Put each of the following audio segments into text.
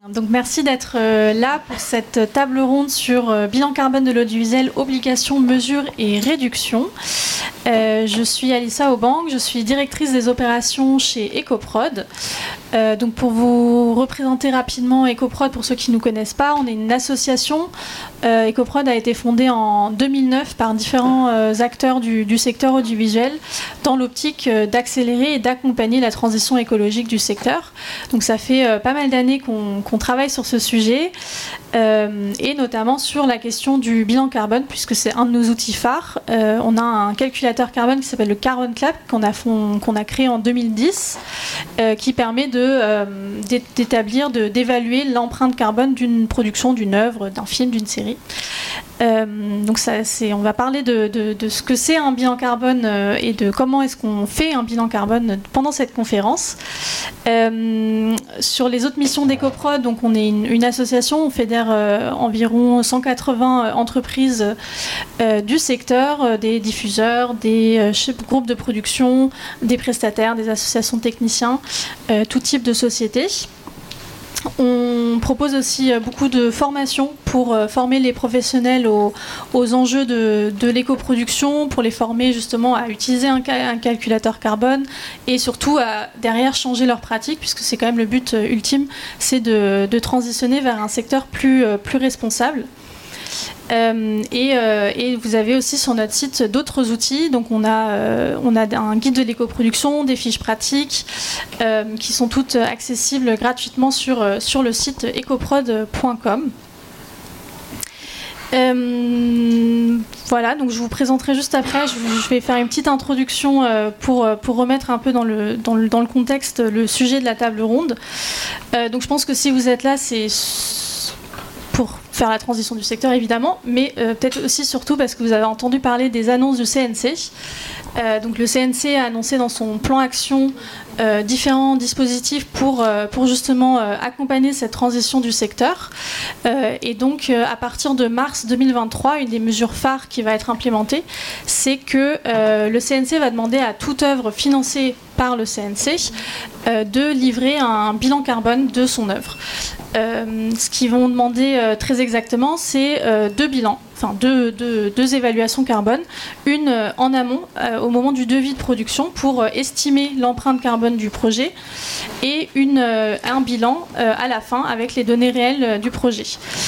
Donc merci d'être là pour cette table ronde sur bilan carbone de l'audiovisuel, obligations, mesures et réductions. Je suis Alissa Aubank, je suis directrice des opérations chez Ecoprod. Donc pour vous représenter rapidement Ecoprod, pour ceux qui ne nous connaissent pas, on est une association. Ecoprod a été fondée en 2009 par différents acteurs du secteur audiovisuel dans l'optique d'accélérer et d'accompagner la transition écologique du secteur. Donc ça fait pas mal d'années qu'on travaille sur ce sujet et notamment sur la question du bilan carbone, puisque c'est un de nos outils phares. On a un calculateur carbone qui s'appelle le Carbon Club qu'on a créé en 2010 qui permet d'établir, d'évaluer l'empreinte carbone d'une production, d'une œuvre, d'un film, d'une série. Donc on va parler de ce que c'est un bilan carbone et de comment est-ce qu'on fait un bilan carbone pendant cette conférence. Sur les autres missions d'Ecoprod, donc on est une association, on fédère environ 180 entreprises du secteur, des diffuseurs, des groupes de production, des prestataires, des associations de techniciens, tout type de sociétés. On propose aussi beaucoup de formations pour former les professionnels aux enjeux de l'éco-production, pour les former justement à utiliser un calculateur carbone et surtout à derrière changer leurs pratiques, puisque c'est quand même le but ultime, c'est de transitionner vers un secteur plus responsable. Et vous avez aussi sur notre site d'autres outils. Donc on a un guide de l'éco-production, des fiches pratiques qui sont toutes accessibles gratuitement sur le site ecoprod.com. Voilà, donc je vous présenterai juste après. Je vais faire une petite introduction pour remettre un peu dans le contexte le sujet de la table ronde. Donc je pense que si vous êtes là, c'est pour faire la transition du secteur évidemment, mais peut-être aussi surtout parce que vous avez entendu parler des annonces du CNC. Donc le CNC a annoncé dans son plan action différents dispositifs pour justement accompagner cette transition du secteur. Et donc à partir de mars 2023, une des mesures phares qui va être implémentée, c'est que le CNC va demander à toute œuvre financée par le CNC de livrer un bilan carbone de son œuvre. Ce qu'ils vont demander très exactement, c'est deux bilans, enfin deux évaluations carbone, une en amont au moment du devis de production pour estimer l'empreinte carbone du projet et un bilan à la fin avec les données réelles du projet.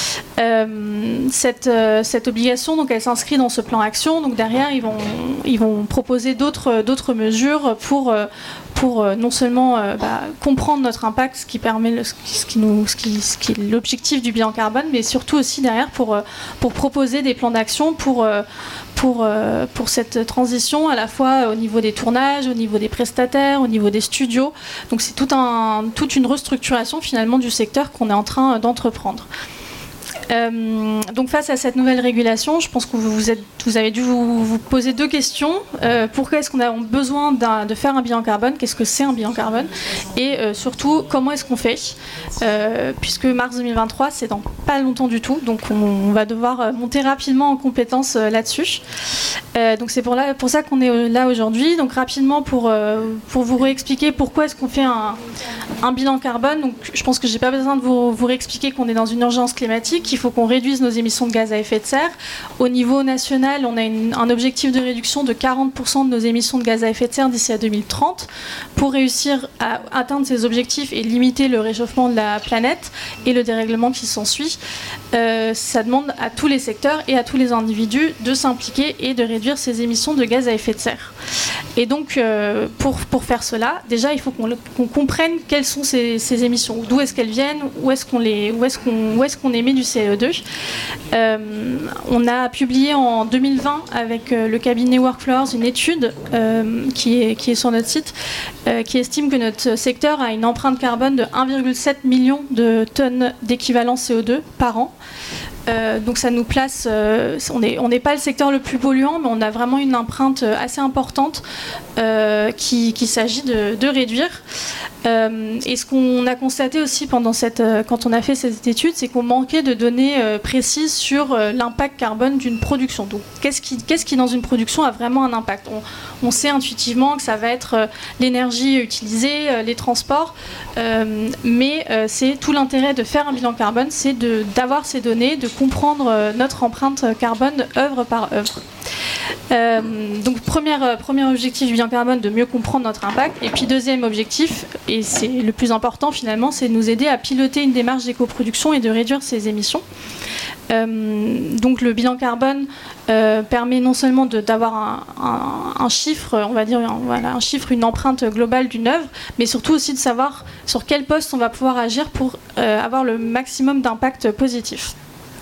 Cette obligation, donc, elle s'inscrit dans ce plan action. Donc derrière, ils vont proposer d'autres mesures pour non seulement comprendre notre impact, ce qui est l'objectif du bilan carbone, mais surtout aussi derrière pour proposer des plans d'action pour cette transition, à la fois au niveau des tournages, au niveau des prestataires, au niveau des studios. Donc c'est toute une restructuration finalement du secteur qu'on est en train d'entreprendre. Donc face à cette nouvelle régulation, je pense que vous avez dû vous poser deux questions. Pourquoi est-ce qu'on a besoin de faire un bilan carbone? Qu'est-ce que c'est un bilan carbone? Et surtout, comment est-ce qu'on fait? Puisque mars 2023, c'est dans pas longtemps du tout, donc on va devoir monter rapidement en compétences là-dessus. Donc c'est pour ça qu'on est là aujourd'hui. Donc rapidement, pour vous réexpliquer pourquoi est-ce qu'on fait un bilan carbone. Donc je pense que j'ai pas besoin de vous réexpliquer qu'on est dans une urgence climatique. Il faut qu'on réduise nos émissions de gaz à effet de serre. Au niveau national, on a un objectif de réduction de 40% de nos émissions de gaz à effet de serre d'ici à 2030. Pour réussir à atteindre ces objectifs et limiter le réchauffement de la planète et le dérèglement qui s'ensuit, ça demande à tous les secteurs et à tous les individus de s'impliquer et de réduire ces émissions de gaz à effet de serre. Et donc, pour faire cela, déjà, il faut qu'on comprenne quelles sont ces émissions, d'où est-ce qu'elles viennent, où est-ce qu'on émet du CO2. On a publié en 2020 avec le cabinet Workflows une étude qui est sur notre site qui estime que notre secteur a une empreinte carbone de 1,7 million de tonnes d'équivalent CO2 par an. Donc ça nous place, on n'est pas le secteur le plus polluant, mais on a vraiment une empreinte assez importante qu'il s'agit de réduire. Et ce qu'on a constaté aussi quand on a fait cette étude, c'est qu'on manquait de données précises sur l'impact carbone d'une production. Donc qu'est-ce qui dans une production a vraiment un impact? On sait intuitivement que ça va être l'énergie utilisée, les transports, mais c'est tout l'intérêt de faire un bilan carbone, c'est d'avoir ces données, de comprendre notre empreinte carbone œuvre par œuvre. Donc premier objectif du bilan carbone, de mieux comprendre notre impact. Et puis deuxième objectif, et c'est le plus important finalement, c'est de nous aider à piloter une démarche d'éco-production et de réduire ses émissions. Donc le bilan carbone permet non seulement d'avoir un chiffre, on va dire un chiffre, une empreinte globale d'une œuvre, mais surtout aussi de savoir sur quel poste on va pouvoir agir pour avoir le maximum d'impact positif.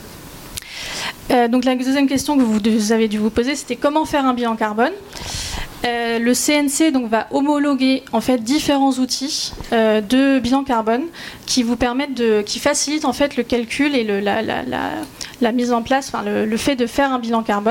Donc la deuxième question que vous avez dû vous poser, c'était comment faire un bilan carbone. Le CNC donc, va homologuer en fait différents outils de bilan carbone qui vous permettent qui facilitent en fait le calcul et la mise en place, enfin le fait de faire un bilan carbone.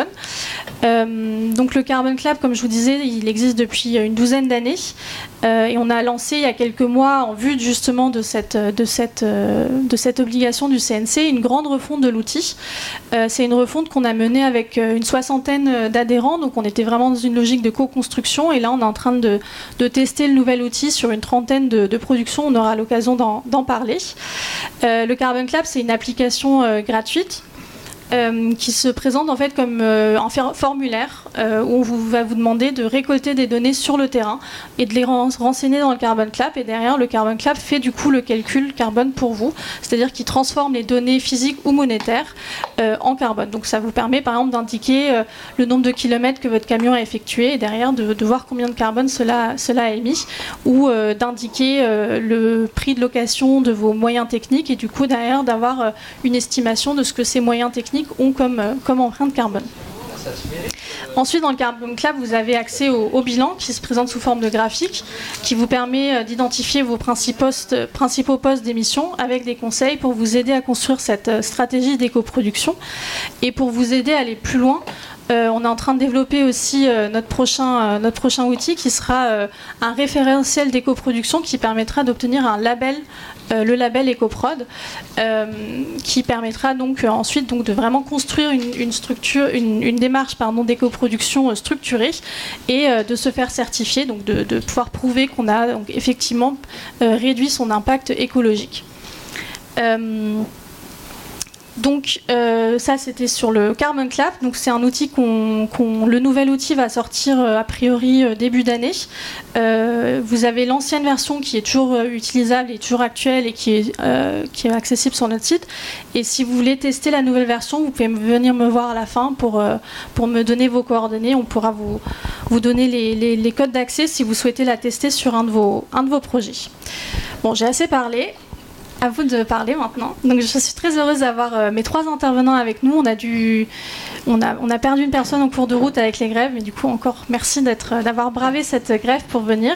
Donc le Carbon Club, comme je vous disais, il existe depuis une douzaine d'années et on a lancé il y a quelques mois, en vue justement de cette obligation du CNC, une grande refonte de l'outil. C'est une refonte qu'on a menée avec une soixantaine d'adhérents, donc on était vraiment dans une logique de co-construction et là on est en train de tester le nouvel outil sur une trentaine de productions, on aura l'occasion d'en parler. Le Carbon Club, c'est une application gratuite qui se présente en fait comme un formulaire où on va vous demander de récolter des données sur le terrain et de les renseigner dans le Carbon Club, et derrière le Carbon Club fait du coup le calcul carbone pour vous, c'est-à-dire qu'il transforme les données physiques ou monétaires en carbone. Donc ça vous permet par exemple d'indiquer le nombre de kilomètres que votre camion a effectué et derrière de voir combien de carbone cela a émis, ou d'indiquer le prix de location de vos moyens techniques et du coup derrière d'avoir une estimation de ce que ces moyens techniques ont comme empreinte carbone. Ensuite, dans le Carbon Club, vous avez accès au bilan qui se présente sous forme de graphique, qui vous permet d'identifier vos principaux postes d'émission avec des conseils pour vous aider à construire cette stratégie d'éco-production. Et pour vous aider à aller plus loin, on est en train de développer aussi notre prochain outil qui sera un référentiel d'éco-production qui permettra d'obtenir un label, le label EcoProd, qui permettra donc ensuite de vraiment construire une structure, une démarche d'éco-production structurée et de se faire certifier, donc de pouvoir prouver qu'on a donc, effectivement réduit son impact écologique. Donc ça c'était sur le Carbon Club, donc c'est un outil le nouvel outil va sortir a priori début d'année. Vous avez l'ancienne version qui est toujours utilisable et toujours actuelle et qui est accessible sur notre site. Et si vous voulez tester la nouvelle version, vous pouvez venir me voir à la fin pour me donner vos coordonnées. On pourra vous donner les codes d'accès si vous souhaitez la tester sur un de vos projets. Bon, j'ai assez parlé. À vous de parler maintenant. Donc, je suis très heureuse d'avoir mes trois intervenants avec nous. On a perdu une personne en cours de route avec les grèves, mais du coup, encore merci d'avoir bravé cette grève pour venir.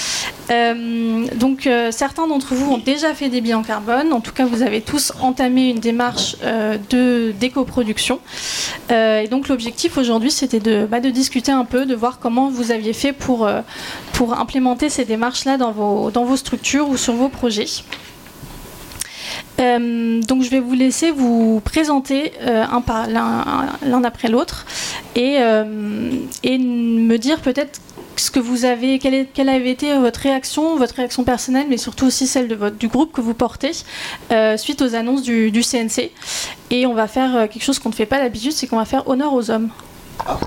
Certains d'entre vous ont déjà fait des bilans carbone. En tout cas, vous avez tous entamé une démarche d'éco-production. Et donc, l'objectif aujourd'hui, c'était de discuter un peu, de voir comment vous aviez fait pour implémenter ces démarches-là dans vos structures ou sur vos projets. Donc je vais vous laisser vous présenter l'un après l'autre et me dire peut-être ce que vous avez, quelle avait été votre réaction personnelle, mais surtout aussi celle du groupe que vous portez suite aux annonces du CNC. Et on va faire quelque chose qu'on ne fait pas d'habitude, c'est qu'on va faire honneur aux hommes. Ah.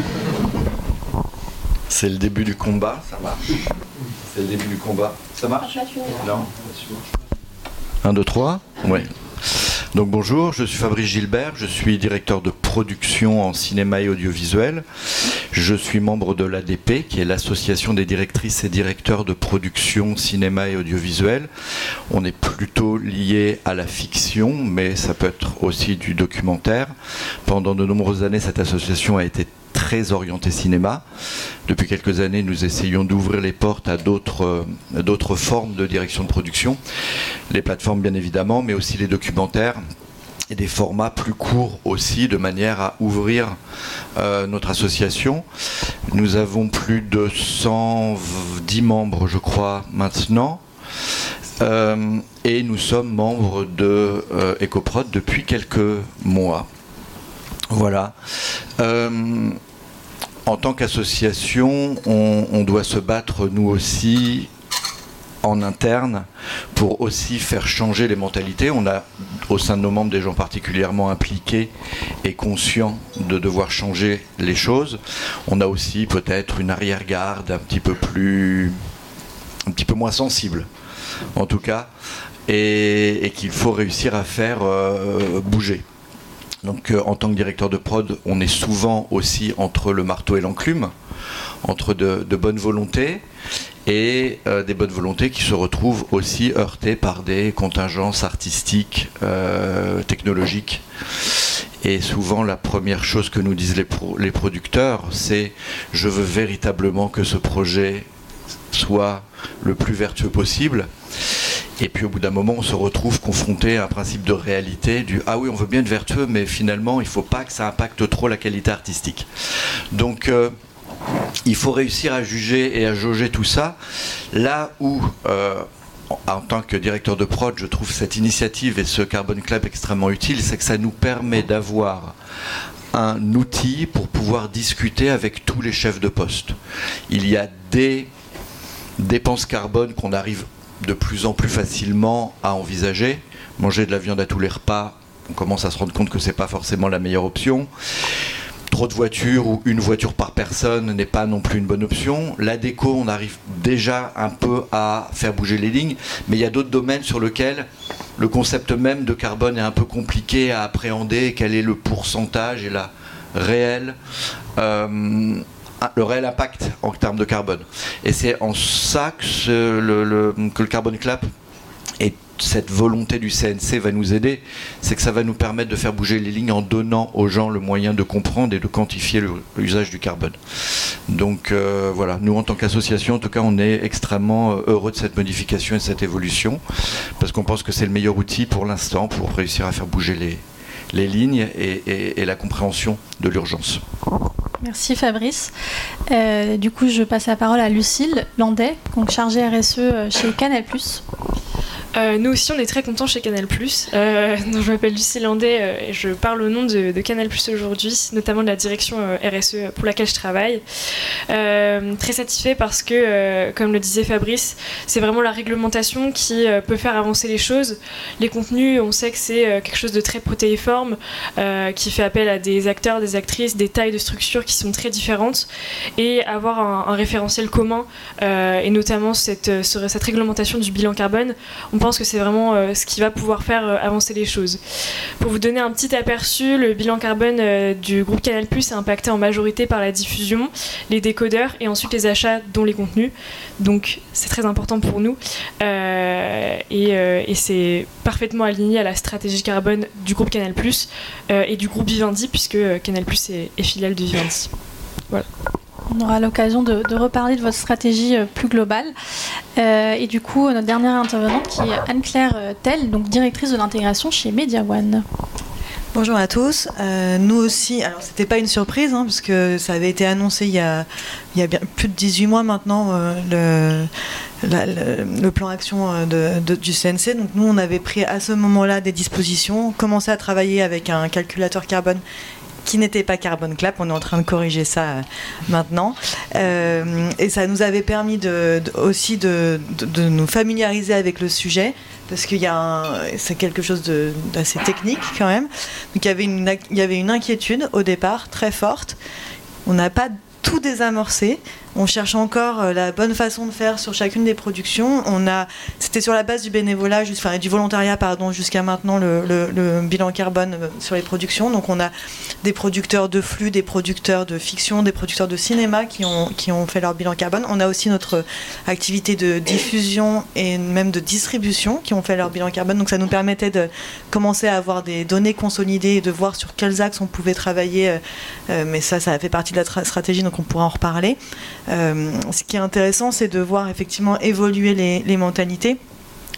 C'est le début du combat, ça marche. C'est le début du combat. Ça marche? Non. 1, 2, 3. Ouais. Donc bonjour, je suis Fabrice Gilbert, je suis directeur de production en cinéma et audiovisuel. Je suis membre de l'ADP, qui est l'association des directrices et directeurs de production cinéma et audiovisuel. On est plutôt lié à la fiction, mais ça peut être aussi du documentaire. Pendant de nombreuses années, cette association a été très orienté cinéma. Depuis quelques années, nous essayons d'ouvrir les portes à d'autres formes de direction de production. Les plateformes, bien évidemment, mais aussi les documentaires. et des formats plus courts aussi, de manière à ouvrir notre association. Nous avons plus de 110 membres, je crois, maintenant. Et nous sommes membres de EcoProd depuis quelques mois. Voilà. En tant qu'association, on doit se battre, nous aussi, en interne, pour aussi faire changer les mentalités. On a au sein de nos membres des gens particulièrement impliqués et conscients de devoir changer les choses. On a aussi peut-être une arrière-garde un petit peu moins sensible, en tout cas, et qu'il faut réussir à faire bouger. Donc en tant que directeur de prod, on est souvent aussi entre le marteau et l'enclume, entre de bonnes volontés et des bonnes volontés qui se retrouvent aussi heurtées par des contingences artistiques, technologiques. Et souvent la première chose que nous disent les producteurs, c'est « je veux véritablement que ce projet soit le plus vertueux possible ». Et puis au bout d'un moment, on se retrouve confronté à un principe de réalité du « ah oui, on veut bien être vertueux, mais finalement, il ne faut pas que ça impacte trop la qualité artistique ». Donc, il faut réussir à juger et à jauger tout ça. Là où, en tant que directeur de prod, je trouve cette initiative et ce Carbon Club extrêmement utile, c'est que ça nous permet d'avoir un outil pour pouvoir discuter avec tous les chefs de poste. Il y a des dépenses carbone qu'on arrive de plus en plus facilement à envisager. Manger de la viande à tous les repas, on commence à se rendre compte que c'est pas forcément la meilleure option. Trop de voitures ou une voiture par personne n'est pas non plus une bonne option. La déco, on arrive déjà un peu à faire bouger les lignes, mais il y a d'autres domaines sur lesquels le concept même de carbone est un peu compliqué à appréhender. Quel est le pourcentage et le réel impact en termes de carbone. Et c'est en ça que le Carbon Club et cette volonté du CNC va nous aider, c'est que ça va nous permettre de faire bouger les lignes en donnant aux gens le moyen de comprendre et de quantifier l'usage du carbone. Donc voilà, nous en tant qu'association, en tout cas, on est extrêmement heureux de cette modification et de cette évolution, parce qu'on pense que c'est le meilleur outil pour l'instant pour réussir à faire bouger les lignes et la compréhension de l'urgence. Merci Fabrice. Du coup, je passe la parole à Lucille Landais, donc chargée RSE chez Canal+. Nous aussi, on est très contents chez Canal+. Je m'appelle Lucille Landais et je parle au nom de Canal+ aujourd'hui, notamment de la direction RSE pour laquelle je travaille. Très satisfait parce que, comme le disait Fabrice, c'est vraiment la réglementation qui peut faire avancer les choses. Les contenus, on sait que c'est quelque chose de très protéiforme, qui fait appel à des acteurs, des actrices, des tailles de structures qui sont très différentes. Et avoir un référentiel commun, et notamment cette réglementation du bilan carbone, on pense que c'est vraiment ce qui va pouvoir faire avancer les choses. Pour vous donner un petit aperçu, le bilan carbone du groupe Canal+ est impacté en majorité par la diffusion, les décodeurs et ensuite les achats, dont les contenus. Donc c'est très important pour nous et c'est parfaitement aligné à la stratégie carbone du groupe Canal+ et du groupe Vivendi, puisque Canal+ est filiale de Vivendi. Voilà. On aura l'occasion de reparler de votre stratégie plus globale. Et du coup, notre dernière intervenante qui est Anne-Claire Tell, donc directrice de l'intégration chez MediaOne. Bonjour à tous. Nous aussi, alors c'était pas une surprise, parce que ça avait été annoncé il y a bien plus de 18 mois maintenant, le plan action du CNC. Donc nous, on avait pris à ce moment-là des dispositions, commencé à travailler avec un calculateur carbone qui n'était pas Carbon Club. On est en train de corriger ça maintenant. Et ça nous avait permis aussi de nous familiariser avec le sujet, parce qu'il c'est quelque chose d'assez technique quand même. Donc il y avait une inquiétude au départ très forte. On n'a pas tout désamorcé. On cherche encore la bonne façon de faire sur chacune des productions. C'était sur la base du bénévolat, du volontariat, jusqu'à maintenant le bilan carbone sur les productions. Donc on a des producteurs de flux, des producteurs de fiction, des producteurs de cinéma qui ont fait leur bilan carbone. On a aussi notre activité de diffusion et même de distribution qui ont fait leur bilan carbone. Donc ça nous permettait de commencer à avoir des données consolidées et de voir sur quels axes on pouvait travailler. Mais ça a fait partie de la stratégie, donc on pourra en reparler. Ce qui est intéressant, c'est de voir effectivement évoluer les mentalités.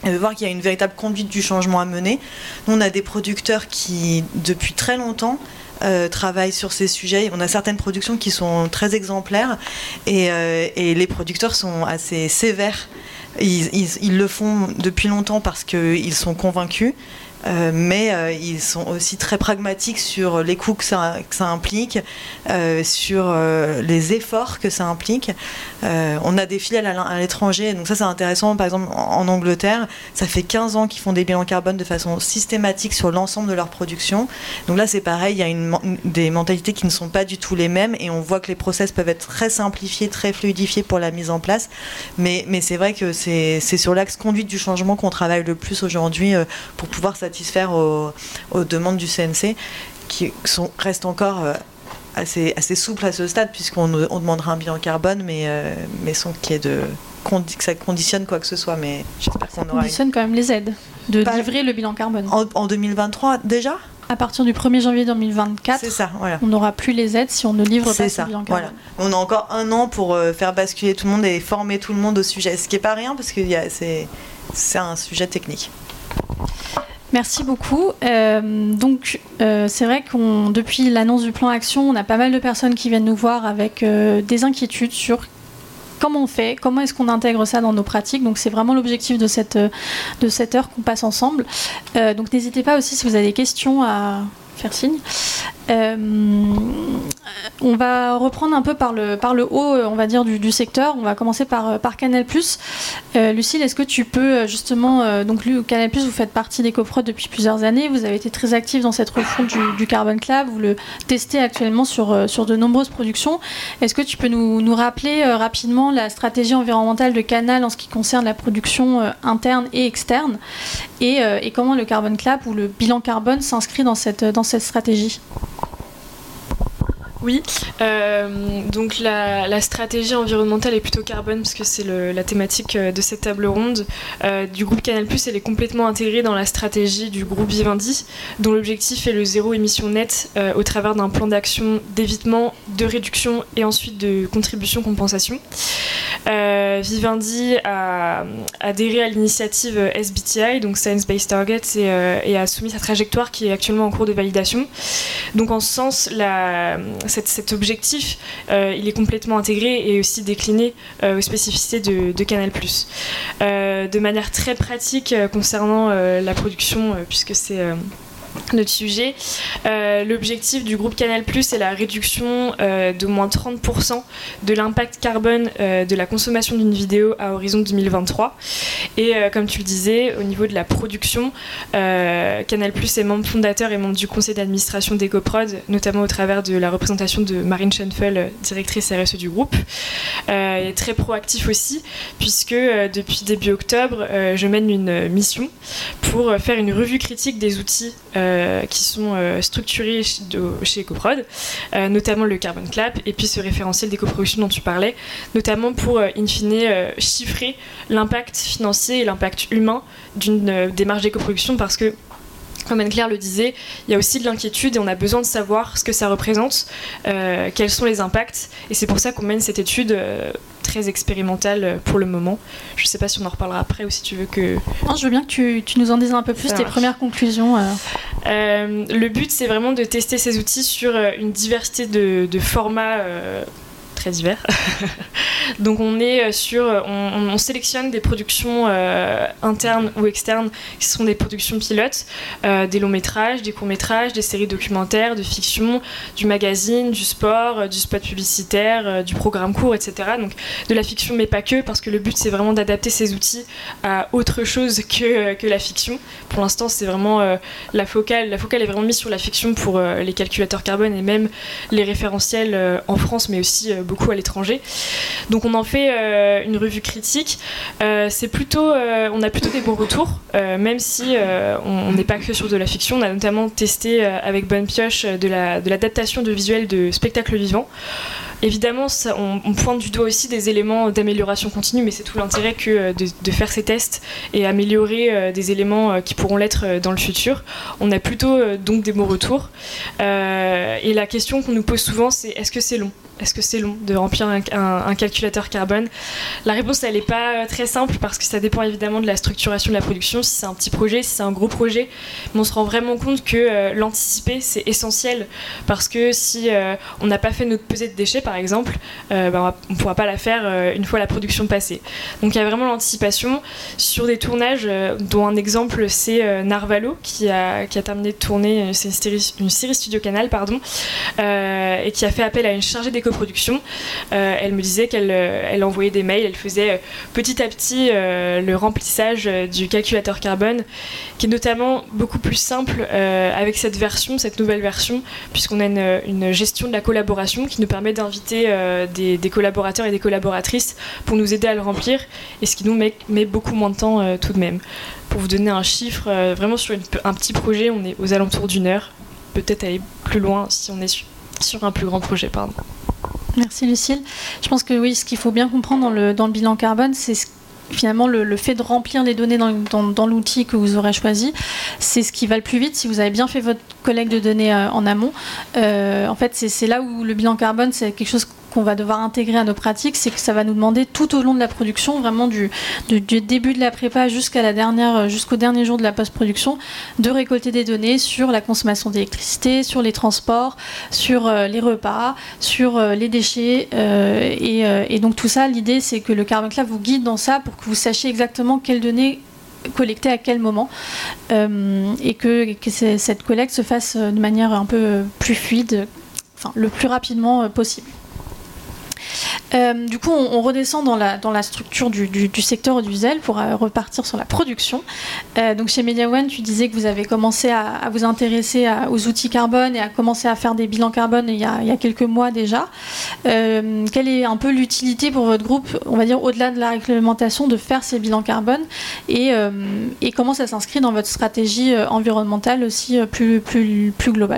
et de voir qu'il y a une véritable conduite du changement à mener. Nous, on a des producteurs qui, depuis très longtemps, travaillent sur ces sujets. On a certaines productions qui sont très exemplaires et les producteurs sont assez sévères. Ils le font depuis longtemps parce qu'ils sont convaincus. Mais ils sont aussi très pragmatiques sur les coûts que ça implique, sur les efforts que ça implique. On a des filiales à l'étranger, donc ça c'est intéressant. Par exemple, en Angleterre, ça fait 15 ans qu'ils font des bilans carbone de façon systématique sur l'ensemble de leur production. Donc là c'est pareil, il y a des mentalités qui ne sont pas du tout les mêmes et on voit que les process peuvent être très simplifiés, très fluidifiés pour la mise en place. Mais c'est vrai que c'est sur l'axe conduite du changement qu'on travaille le plus aujourd'hui pour pouvoir satisfaire aux demandes du CNC qui restent encore assez souples à ce stade, puisqu'on demandera un bilan carbone, mais sans qu'il y ait que ça conditionne quoi que ce soit. Mais j'espère qu'on aura. Ça conditionne quand même les aides de livrer le bilan carbone. En 2023 déjà ? À partir du 1er janvier 2024, c'est ça, voilà. On n'aura plus les aides si on ne livre pas ce bilan carbone. Voilà. On a encore 1 an pour faire basculer tout le monde et former tout le monde au sujet, ce qui n'est pas rien parce que c'est un sujet technique. Merci beaucoup. Donc, c'est vrai que depuis l'annonce du plan action, on a pas mal de personnes qui viennent nous voir avec des inquiétudes sur comment on fait, comment est-ce qu'on intègre ça dans nos pratiques. Donc, c'est vraiment l'objectif de cette heure qu'on passe ensemble. Donc, n'hésitez pas aussi si vous avez des questions à faire signe. On va reprendre un peu par le haut, on va dire, du secteur. On va commencer par Canal+. Lucille, est-ce que tu peux justement... donc, Canal+, vous faites partie des coprods depuis plusieurs années. Vous avez été très actif dans cette refonte du Carbon Club. Vous le testez actuellement sur de nombreuses productions. Est-ce que tu peux nous rappeler rapidement la stratégie environnementale de Canal en ce qui concerne la production interne et externe et comment le Carbon Club ou le bilan carbone s'inscrit dans cette stratégie? Oui, donc la stratégie environnementale est plutôt carbone parce que c'est la thématique de cette table ronde du groupe Canal+. Elle est complètement intégrée dans la stratégie du groupe Vivendi, dont l'objectif est le zéro émission nette au travers d'un plan d'action d'évitement, de réduction et ensuite de contribution compensation. Vivendi a adhéré à l'initiative SBTi, donc Science Based Targets, et a soumis sa trajectoire qui est actuellement en cours de validation. Donc en ce sens, cet objectif, il est complètement intégré et aussi décliné aux spécificités de Canal+. De manière très pratique concernant la production, puisque c'est notre sujet, l'objectif du groupe Canal+, est la réduction d'au moins 30% de l'impact carbone de la consommation d'une vidéo à horizon 2023. Et comme tu le disais, au niveau de la production, Canal+ est membre fondateur et membre du conseil d'administration d'EcoProd, notamment au travers de la représentation de Marine Schoenfeld, directrice RSE du groupe. Et très proactif aussi, puisque depuis début octobre, je mène une mission pour faire une revue critique des outils qui sont structurés chez EcoProd, notamment le Carbon Club, et puis ce référentiel d'éco-production dont tu parlais, notamment pour, in fine, chiffrer l'impact financier et l'impact humain d'une démarche d'éco-production, parce que, comme Anne-Claire le disait, il y a aussi de l'inquiétude et on a besoin de savoir ce que ça représente, quels sont les impacts, et c'est pour ça qu'on mène cette étude très expérimentale pour le moment. Je ne sais pas si on en reparlera après ou si tu veux que... Non, je veux bien que tu nous en dises un peu plus, tes premières conclusions. Le but, c'est vraiment de tester ces outils sur une diversité de formats très divers. Donc on est on sélectionne des productions internes ou externes qui sont des productions pilotes, des longs métrages, des courts métrages, des séries documentaires, de fiction, du magazine, du sport, du spot publicitaire, du programme court, etc. Donc de la fiction mais pas que, parce que le but c'est vraiment d'adapter ces outils à autre chose que la fiction. Pour l'instant c'est vraiment la focale est vraiment mise sur la fiction pour les calculateurs carbone et même les référentiels en France mais aussi beaucoup à l'étranger. Donc on en fait une revue critique. C'est plutôt, on a plutôt des bons retours, même si on n'est pas que sur de la fiction. On a notamment testé avec Bonne Pioche de l'adaptation de visuels de spectacles vivants. Évidemment, on pointe du doigt aussi des éléments d'amélioration continue, mais c'est tout l'intérêt que de faire ces tests et améliorer des éléments qui pourront l'être dans le futur. On a plutôt donc des bons retours. Et la question qu'on nous pose souvent, c'est est-ce que c'est long ? Est-ce que c'est long de remplir un calculateur carbone ? La réponse, elle n'est pas très simple parce que ça dépend évidemment de la structuration de la production, si c'est un petit projet, si c'est un gros projet. Mais on se rend vraiment compte que l'anticiper, c'est essentiel parce que si on n'a pas fait notre pesée de déchets, par exemple, on ne pourra pas la faire une fois la production passée. Donc il y a vraiment l'anticipation sur des tournages dont un exemple, c'est Narvalo qui a terminé de tourner, c'est une série Studio Canal, et qui a fait appel à une chargée d'éco-production. Elle me disait qu'elle envoyait des mails, elle faisait petit à petit le remplissage du calculateur carbone, qui est notamment beaucoup plus simple avec cette nouvelle version, puisqu'on a une gestion de la collaboration qui nous permet d'inviter des collaborateurs et des collaboratrices pour nous aider à le remplir, et ce qui nous met beaucoup moins de temps tout de même. Pour vous donner un chiffre, vraiment sur un petit projet, on est aux alentours d'1 heure, peut-être aller plus loin si on est sur un plus grand projet. Merci Lucille. Je pense que oui, ce qu'il faut bien comprendre dans le bilan carbone, c'est finalement le fait de remplir les données dans l'outil que vous aurez choisi. C'est ce qui va le plus vite si vous avez bien fait votre collecte de données en amont. En fait, c'est là où le bilan carbone, c'est quelque chose qu'on va devoir intégrer à nos pratiques, c'est que ça va nous demander tout au long de la production, vraiment du début de la prépa jusqu'au dernier jour de la post-production, de récolter des données sur la consommation d'électricité, sur les transports, sur les repas, sur les déchets. Et donc tout ça, l'idée, c'est que le Carbon Club vous guide dans ça pour que vous sachiez exactement quelles données collecter à quel moment et que cette collecte se fasse de manière un peu plus fluide, le plus rapidement possible. Du coup, on redescend dans la structure du secteur audiovisuel pour repartir sur la production. Donc chez MediaOne, tu disais que vous avez commencé à vous intéresser aux outils carbone et à commencer à faire des bilans carbone il y a quelques mois déjà. Quelle est un peu l'utilité pour votre groupe, on va dire au-delà de la réglementation, de faire ces bilans carbone et comment ça s'inscrit dans votre stratégie environnementale aussi plus globale ?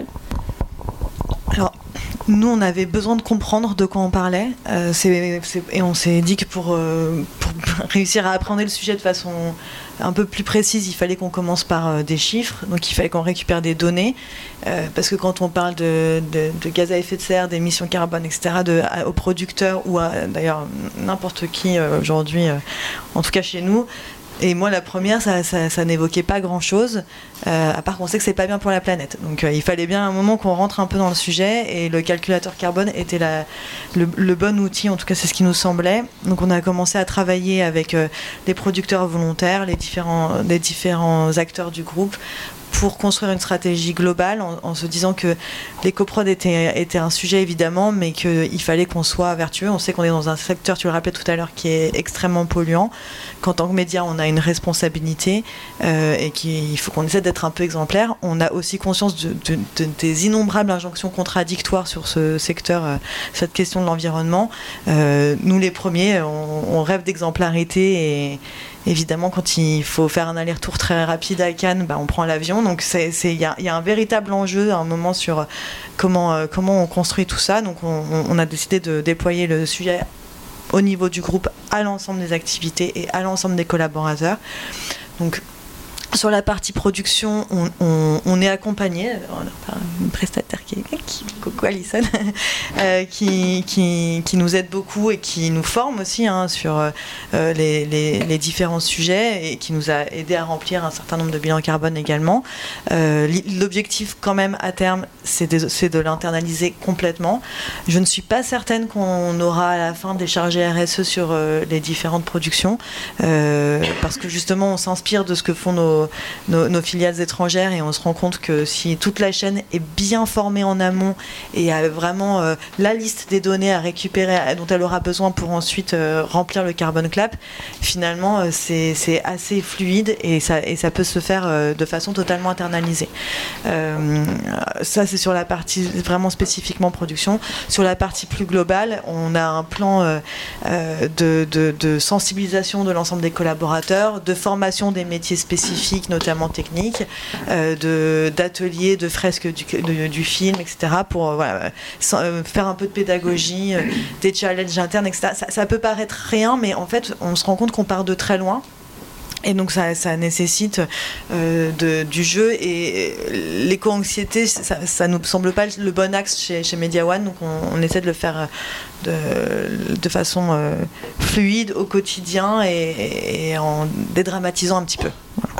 Alors, nous, on avait besoin de comprendre de quoi on parlait, et on s'est dit que pour réussir à appréhender le sujet de façon un peu plus précise, il fallait qu'on commence par des chiffres, donc il fallait qu'on récupère des données, parce que quand on parle de gaz à effet de serre, d'émissions carbone, etc., aux producteurs ou à d'ailleurs n'importe qui aujourd'hui, en tout cas chez nous. Et moi, la première, ça n'évoquait pas grand-chose, à part qu'on sait que c'est pas bien pour la planète. Donc il fallait bien un moment qu'on rentre un peu dans le sujet, et le calculateur carbone était le bon outil, en tout cas c'est ce qui nous semblait. Donc on a commencé à travailler avec les producteurs volontaires, les différents acteurs du groupe, pour construire une stratégie globale en se disant que l'écoprod était un sujet évidemment, mais qu'il fallait qu'on soit vertueux. On sait qu'on est dans un secteur, tu le rappelais tout à l'heure, qui est extrêmement polluant, qu'en tant que média on a une responsabilité et qu'il faut qu'on essaie d'être un peu exemplaire. On a aussi conscience des innombrables injonctions contradictoires sur ce secteur, cette question de l'environnement. Nous les premiers, on rêve d'exemplarité, et évidemment, quand il faut faire un aller-retour très rapide à Cannes, on prend l'avion. Donc il y a un véritable enjeu à un moment sur comment on construit tout ça. Donc on a décidé de déployer le sujet au niveau du groupe à l'ensemble des activités et à l'ensemble des collaborateurs. Donc sur la partie production, on est accompagné par une prestataire coucou Alison, qui nous aide beaucoup et qui nous forme aussi sur les différents sujets, et qui nous a aidé à remplir un certain nombre de bilans carbone également. L'objectif quand même à terme, c'est de l'internaliser complètement. Je ne suis pas certaine qu'on aura à la fin des chargés RSE sur les différentes productions, parce que justement on s'inspire de ce que font nos filiales étrangères, et on se rend compte que si toute la chaîne est bien formée en amont et a vraiment la liste des données à récupérer dont elle aura besoin pour ensuite remplir le Carbon Clap, finalement c'est assez fluide, et ça peut se faire de façon totalement internalisée. Ça c'est sur la partie vraiment spécifiquement production. Sur la partie plus globale, on a un plan de sensibilisation de l'ensemble des collaborateurs, de formation des métiers spécifiques, spécifiques, notamment techniques, d'ateliers, de fresques du film, etc., pour faire un peu de pédagogie, des challenges internes, etc. Ça peut paraître rien, mais en fait, on se rend compte qu'on part de très loin. Et donc ça nécessite du jeu, et l'éco-anxiété, ça nous semble pas le bon axe chez Media One, donc on essaie de le faire de façon fluide au quotidien et en dédramatisant un petit peu. Voilà.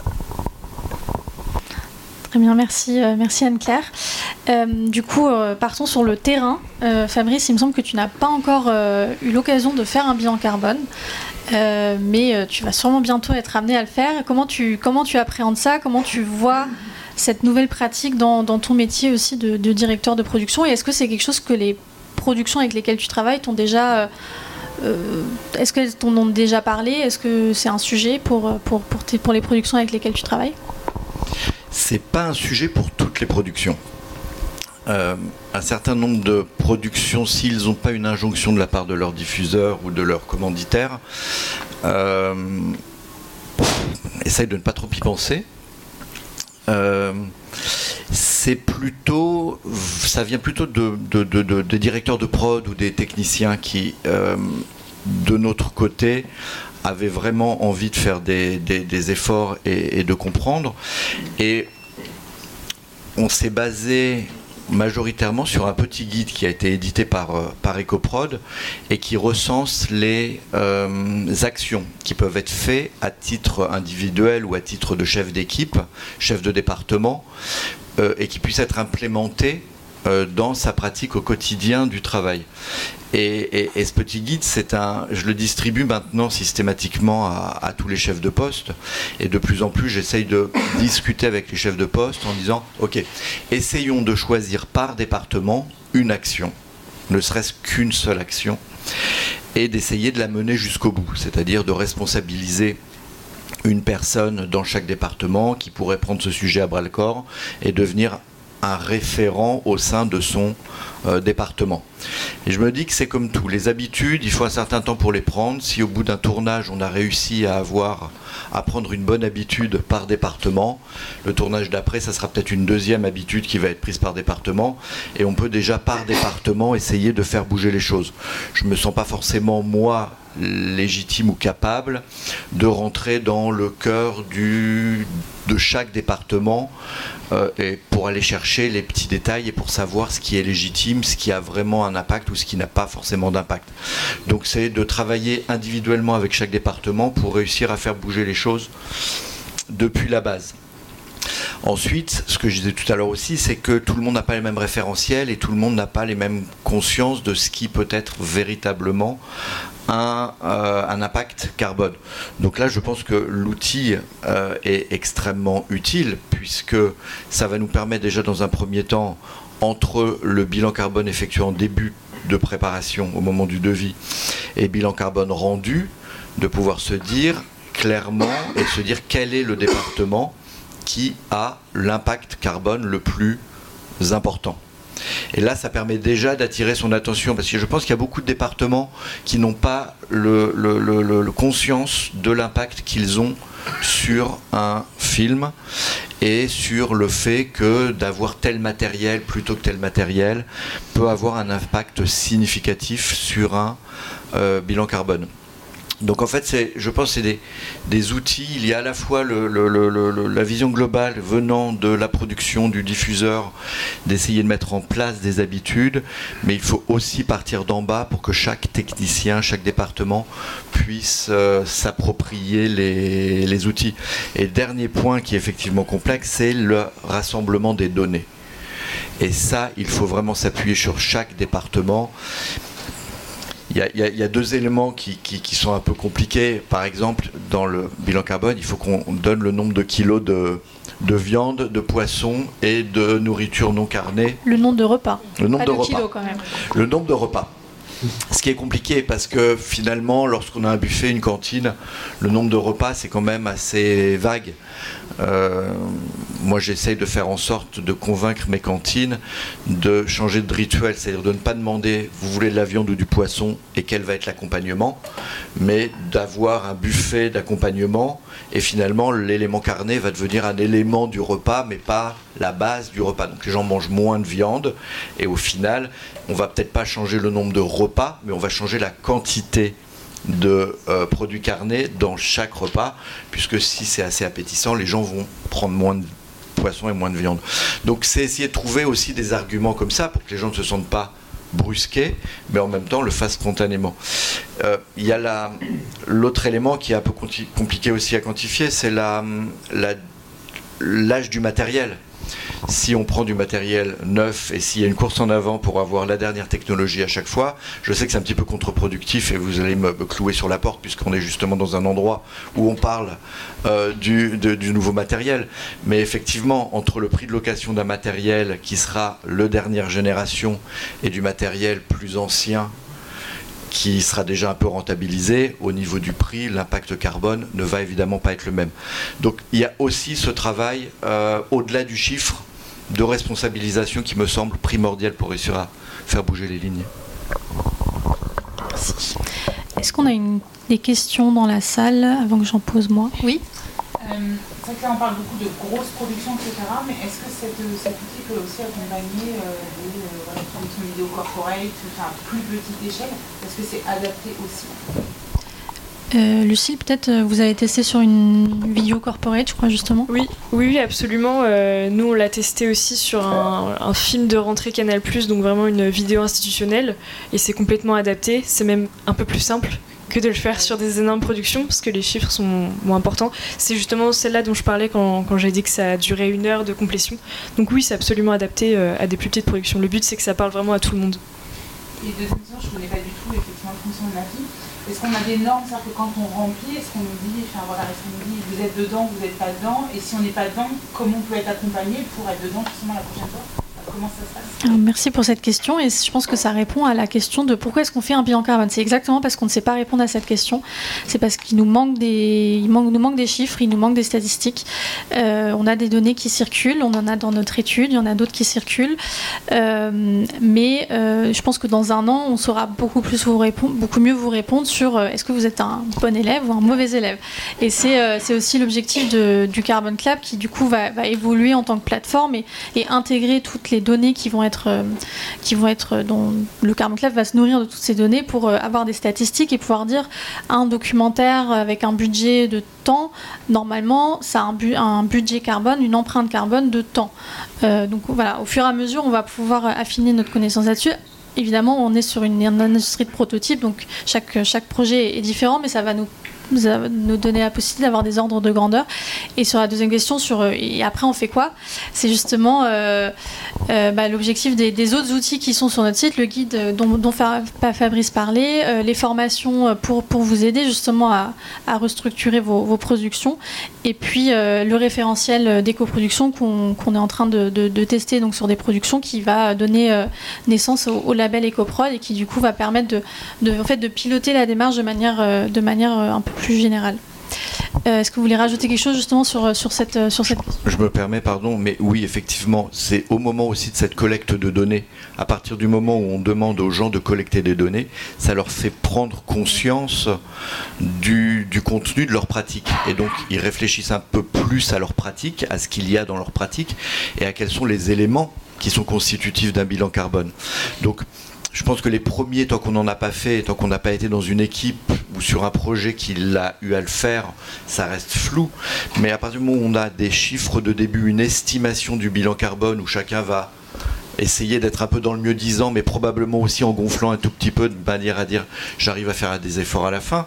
Très bien, merci Anne-Claire. Du coup, partons sur le terrain. Fabrice, il me semble que tu n'as pas encore eu l'occasion de faire un bilan carbone. Mais tu vas sûrement bientôt être amené à le faire. Comment tu appréhendes ça? Comment tu vois cette nouvelle pratique dans ton métier aussi de directeur de production? Et est-ce que c'est quelque chose que les productions avec lesquelles tu travailles t'ont déjà... est-ce qu'elles t'en ont déjà parlé? Est-ce que c'est un sujet pour les productions avec lesquelles tu travailles? C'est pas un sujet pour toutes les productions. Un certain nombre de productions, s'ils n'ont pas une injonction de la part de leur diffuseur ou de leur commanditaire, essayent de ne pas trop y penser. Ça vient plutôt des directeurs de prod ou des techniciens qui, de notre côté, avaient vraiment envie de faire des efforts et de comprendre. Et on s'est basé majoritairement sur un petit guide qui a été édité par EcoProd et qui recense les actions qui peuvent être faites à titre individuel ou à titre de chef d'équipe, chef de département, et qui puissent être implémentées dans sa pratique au quotidien du travail. Et ce petit guide, je le distribue maintenant systématiquement à tous les chefs de poste, et de plus en plus j'essaye de discuter avec les chefs de poste en disant ok, essayons de choisir par département une action, ne serait-ce qu'une seule action, et d'essayer de la mener jusqu'au bout, c'est-à-dire de responsabiliser une personne dans chaque département qui pourrait prendre ce sujet à bras-le-corps et devenir un référent au sein de son département. Et je me dis que c'est comme tout, les habitudes, il faut un certain temps pour les prendre. Si au bout d'un tournage on a réussi à prendre une bonne habitude par département, le tournage d'après ça sera peut-être une deuxième habitude qui va être prise par département, et on peut déjà par département essayer de faire bouger les choses. Je me sens pas forcément moi légitime ou capable de rentrer dans le cœur de chaque département et pour aller chercher les petits détails et pour savoir ce qui est légitime, ce qui a vraiment un impact ou ce qui n'a pas forcément d'impact. Donc c'est de travailler individuellement avec chaque département pour réussir à faire bouger les choses depuis la base. Ensuite, ce que je disais tout à l'heure aussi, c'est que tout le monde n'a pas les mêmes référentiels et tout le monde n'a pas les mêmes consciences de ce qui peut être véritablement un impact carbone. Donc là, je pense que l'outil est extrêmement utile, puisque ça va nous permettre déjà dans un premier temps, entre le bilan carbone effectué en début de préparation au moment du devis et bilan carbone rendu, de pouvoir se dire clairement et se dire quel est le département qui a l'impact carbone le plus important. Et là, ça permet déjà d'attirer son attention, parce que je pense qu'il y a beaucoup de départements qui n'ont pas le conscience de l'impact qu'ils ont sur un film et sur le fait que d'avoir tel matériel plutôt que tel matériel peut avoir un impact significatif sur un bilan carbone. Donc en fait, je pense que c'est des outils. Il y a à la fois la vision globale venant de la production, du diffuseur, d'essayer de mettre en place des habitudes, mais il faut aussi partir d'en bas pour que chaque technicien, chaque département puisse s'approprier les outils. Et dernier point qui est effectivement complexe, c'est le rassemblement des données. Et ça, il faut vraiment s'appuyer sur chaque département. Il y a deux éléments qui sont un peu compliqués. Par exemple, dans le bilan carbone, il faut qu'on donne le nombre de kilos de viande, de poisson et de nourriture non carnée. Le nombre de repas. Le nombre pas de repas. Kilos quand même. Le nombre de repas. Ce qui est compliqué parce que finalement, lorsqu'on a un buffet, une cantine, le nombre de repas, c'est quand même assez vague. Moi, j'essaye de faire en sorte de convaincre mes cantines de changer de rituel, c'est-à-dire de ne pas demander vous voulez de la viande ou du poisson et quel va être l'accompagnement, mais d'avoir un buffet d'accompagnement et finalement l'élément carné va devenir un élément du repas mais pas la base du repas. Donc les gens mangent moins de viande et au final, on va peut-être pas changer le nombre de repas, mais on va changer la quantité de produits carnés dans chaque repas, puisque si c'est assez appétissant, les gens vont prendre moins de poisson et moins de viande. Donc c'est essayer de trouver aussi des arguments comme ça pour que les gens ne se sentent pas brusqués, mais en même temps le fassent spontanément. Il y a l'autre élément qui est un peu compliqué aussi à quantifier, c'est l'âge du matériel. Si on prend du matériel neuf et s'il y a une course en avant pour avoir la dernière technologie à chaque fois, je sais que c'est un petit peu contre-productif et vous allez me clouer sur la porte puisqu'on est justement dans un endroit où on parle du nouveau matériel. Mais effectivement, entre le prix de location d'un matériel qui sera le dernière génération et du matériel plus ancien qui sera déjà un peu rentabilisé, au niveau du prix, l'impact carbone ne va évidemment pas être le même. Donc il y a aussi ce travail, au-delà du chiffre, de responsabilisation qui me semble primordial pour réussir à faire bouger les lignes. Merci. Est-ce qu'on a des questions dans la salle avant que j'en pose moi? Oui. C'est vrai que là on parle beaucoup de grosses productions, etc. Mais est-ce que cet outil peut aussi accompagner des productions vidéo corporate, enfin plus petite échelle? Est-ce que c'est adapté aussi? Lucille, peut-être vous avez testé sur une vidéo corporate, je crois justement. Oui, absolument. Nous, on l'a testé aussi sur un film de rentrée Canal+, donc vraiment une vidéo institutionnelle, et c'est complètement adapté. C'est même un peu plus simple que de le faire sur des énormes productions, parce que les chiffres sont moins importants. C'est justement celle-là dont je parlais quand j'ai dit que ça a duré 1 heure de complétion. Donc oui, c'est absolument adapté à des plus petites productions. Le but, c'est que ça parle vraiment à tout le monde. Et deuxième question, je ne connais pas du tout effectivement la fonction de la vie. Est-ce qu'on a des normes, c'est-à-dire que quand on remplit, est-ce qu'on nous dit, vous êtes dedans, vous n'êtes pas dedans, et si on n'est pas dedans, comment on peut être accompagné pour être dedans justement la prochaine fois? Comment ça se passe? Alors, merci pour cette question et je pense que ça répond à la question de pourquoi est-ce qu'on fait un bilan carbone. C'est exactement parce qu'on ne sait pas répondre à cette question. C'est parce qu'il nous manque des chiffres, il nous manque des statistiques. On a des données qui circulent, on en a dans notre étude, il y en a d'autres qui circulent. Mais je pense que dans 1 an, on saura beaucoup mieux vous répondre sur est-ce que vous êtes un bon élève ou un mauvais élève. Et c'est aussi l'objectif du Carbon Club qui du coup va évoluer en tant que plateforme et intégrer toutes les données qui vont être dont le Carbon Club va se nourrir de toutes ces données pour avoir des statistiques et pouvoir dire un documentaire avec un budget de temps, normalement ça a un budget carbone, une empreinte carbone de temps. Donc voilà, au fur et à mesure on va pouvoir affiner notre connaissance là-dessus. Évidemment, on est sur une industrie de prototype, donc chaque projet est différent, mais ça va nous donner la possibilité d'avoir des ordres de grandeur. Et sur la deuxième question, et après on fait quoi? C'est justement l'objectif des autres outils qui sont sur notre site, le guide dont Fabrice parlait, les formations pour vous aider justement à restructurer vos productions, et puis le référentiel d'éco-production qu'on est en train de tester donc sur des productions qui va donner naissance au label EcoProd et qui du coup va permettre de piloter la démarche de manière un peu plus générale. Est-ce que vous voulez rajouter quelque chose justement sur cette question? Je me permets, pardon, mais oui, effectivement, c'est au moment aussi de cette collecte de données, à partir du moment où on demande aux gens de collecter des données, ça leur fait prendre conscience du contenu de leur pratique. Et donc, ils réfléchissent un peu plus à leur pratique, à ce qu'il y a dans leur pratique, et à quels sont les éléments qui sont constitutifs d'un bilan carbone. Donc, je pense que les premiers, tant qu'on n'en a pas fait, tant qu'on n'a pas été dans une équipe ou sur un projet qui l'a eu à le faire, ça reste flou. Mais à partir du moment où on a des chiffres de début, une estimation du bilan carbone, où chacun va essayer d'être un peu dans le mieux-disant, mais probablement aussi en gonflant un tout petit peu, de manière à dire j'arrive à faire des efforts à la fin.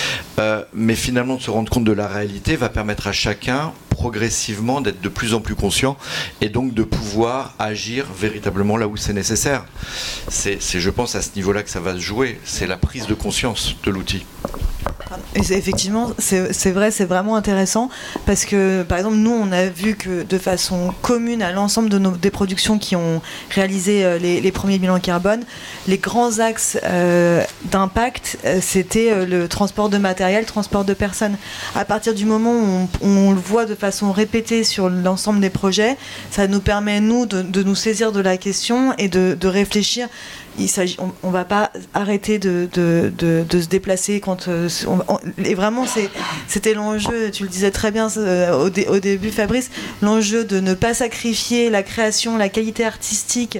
Mais finalement, de se rendre compte de la réalité va permettre à chacun progressivement d'être de plus en plus conscient et donc de pouvoir agir véritablement là où c'est nécessaire. C'est je pense à ce niveau-là que ça va se jouer, c'est la prise de conscience de l'outil. Et effectivement, c'est vrai, c'est vraiment intéressant parce que, par exemple, nous, on a vu que de façon commune à l'ensemble des productions qui ont réalisé les premiers bilans carbone, les grands axes d'impact, c'était le transport de matériel, transport de personnes. À partir du moment où on le voit de façon répétée sur l'ensemble des projets, ça nous permet, nous, de nous saisir de la question et de réfléchir. On ne va pas arrêter de se déplacer quand et vraiment c'était l'enjeu, tu le disais très bien au début Fabrice, l'enjeu de ne pas sacrifier la création, la qualité artistique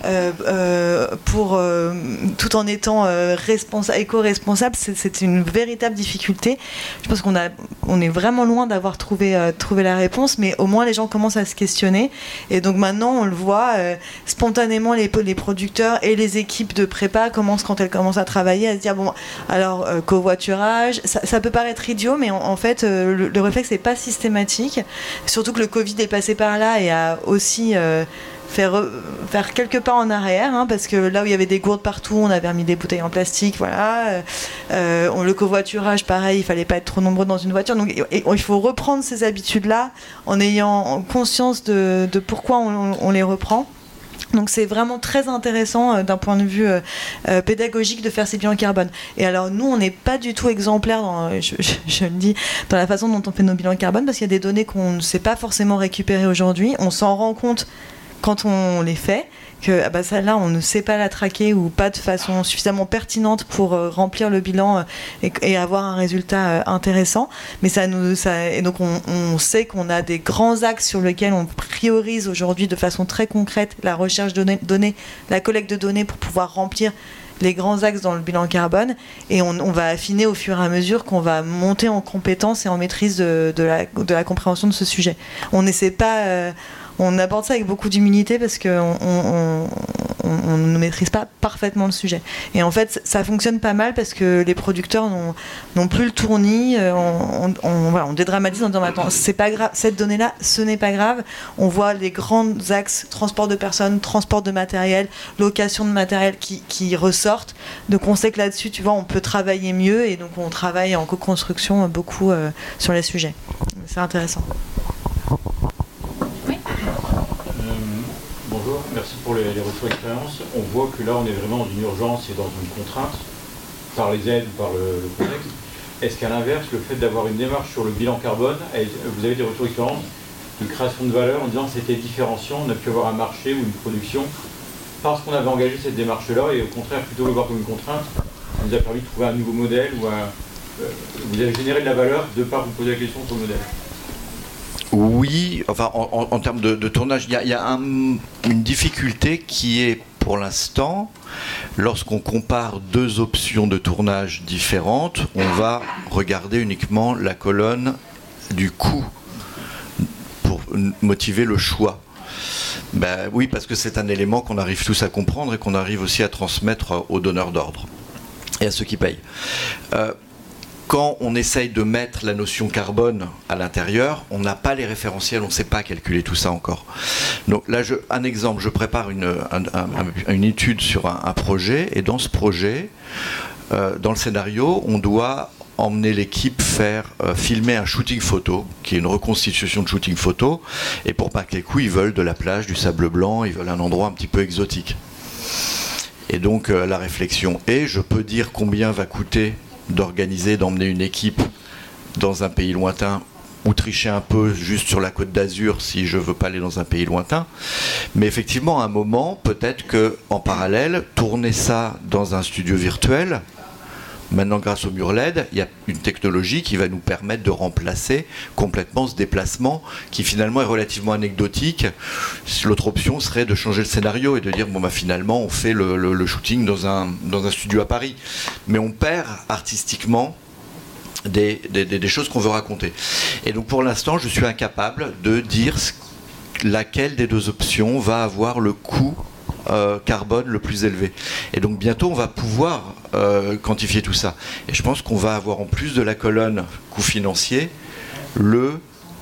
tout en étant éco-responsable. C'est une véritable difficulté. Je pense qu'on est vraiment loin d'avoir trouvé la réponse, mais au moins les gens commencent à se questionner, et donc maintenant on le voit spontanément, les producteurs et les équipes de prépa quand elles commencent à travailler, à se dire bon, alors covoiturage, ça peut paraître idiot, mais en fait le réflexe n'est pas systématique, surtout que le Covid est passé par là et a aussi faire quelques pas en arrière, hein, parce que là où il y avait des gourdes partout, on avait remis des bouteilles en plastique, voilà. Le covoiturage, pareil, il fallait pas être trop nombreux dans une voiture, donc il faut reprendre ces habitudes-là en ayant conscience de pourquoi on les reprend. Donc c'est vraiment très intéressant d'un point de vue pédagogique de faire ces bilans carbone. Et alors nous, on n'est pas du tout exemplaires, je le dis, dans la façon dont on fait nos bilans carbone, parce qu'il y a des données qu'on ne sait pas forcément récupérer aujourd'hui. On s'en rend compte quand on les fait, que celle-là, on ne sait pas la traquer ou pas de façon suffisamment pertinente pour remplir le bilan et avoir un résultat intéressant. Mais et donc on sait qu'on a des grands axes sur lesquels on priorise aujourd'hui de façon très concrète la recherche de données, la collecte de données pour pouvoir remplir les grands axes dans le bilan carbone, et on va affiner au fur et à mesure qu'on va monter en compétence et en maîtrise de la compréhension de ce sujet. On n'essaie pas... on aborde ça avec beaucoup d'humilité parce qu'on ne maîtrise pas parfaitement le sujet. Et en fait, ça fonctionne pas mal parce que les producteurs n'ont plus le tournis. On dédramatise en disant attends, c'est pas grave, cette donnée-là, ce n'est pas grave. On voit les grands axes, transport de personnes, transport de matériel, location de matériel qui ressortent. Donc on sait que là-dessus, tu vois, on peut travailler mieux, et donc on travaille en co-construction beaucoup sur les sujets. C'est intéressant. Merci pour les retours d'expérience. On voit que là, on est vraiment dans une urgence et dans une contrainte, par les aides, par le contexte. Est-ce qu'à l'inverse, le fait d'avoir une démarche sur le bilan carbone, vous avez des retours d'expérience de création de valeur en disant que c'était différenciant, on a pu avoir un marché ou une production parce qu'on avait engagé cette démarche-là, et au contraire, plutôt le voir comme une contrainte, ça nous a permis de trouver un nouveau modèle, ou vous avez généré de la valeur de ne pas vous poser la question sur le modèle? Oui, enfin en termes de tournage, il y a une difficulté qui est, pour l'instant, lorsqu'on compare deux options de tournage différentes, on va regarder uniquement la colonne du coût pour motiver le choix. Oui, parce que c'est un élément qu'on arrive tous à comprendre et qu'on arrive aussi à transmettre aux donneurs d'ordre et à ceux qui payent. Quand on essaye de mettre la notion carbone à l'intérieur, on n'a pas les référentiels, on ne sait pas calculer tout ça encore. Donc là, un exemple, je prépare une étude sur un projet, et dans ce projet, dans le scénario, on doit emmener l'équipe filmer un shooting photo, qui est une reconstitution de shooting photo, et pour pas que les coups, ils veulent de la plage, du sable blanc, ils veulent un endroit un petit peu exotique. Et donc la réflexion est, je peux dire combien va coûter d'emmener une équipe dans un pays lointain, ou tricher un peu juste sur la Côte d'Azur si je veux pas aller dans un pays lointain. Mais effectivement, à un moment, peut-être qu'en parallèle, tourner ça dans un studio virtuel, maintenant grâce au mur LED, il y a une technologie qui va nous permettre de remplacer complètement ce déplacement qui finalement est relativement anecdotique. L'autre option serait de changer le scénario et de dire finalement on fait le shooting dans un studio à Paris. Mais on perd artistiquement des choses qu'on veut raconter. Et donc pour l'instant, je suis incapable de dire laquelle des deux options va avoir le coût carbone le plus élevé. Et donc bientôt on va pouvoir quantifier tout ça. Et je pense qu'on va avoir, en plus de la colonne coût financier, le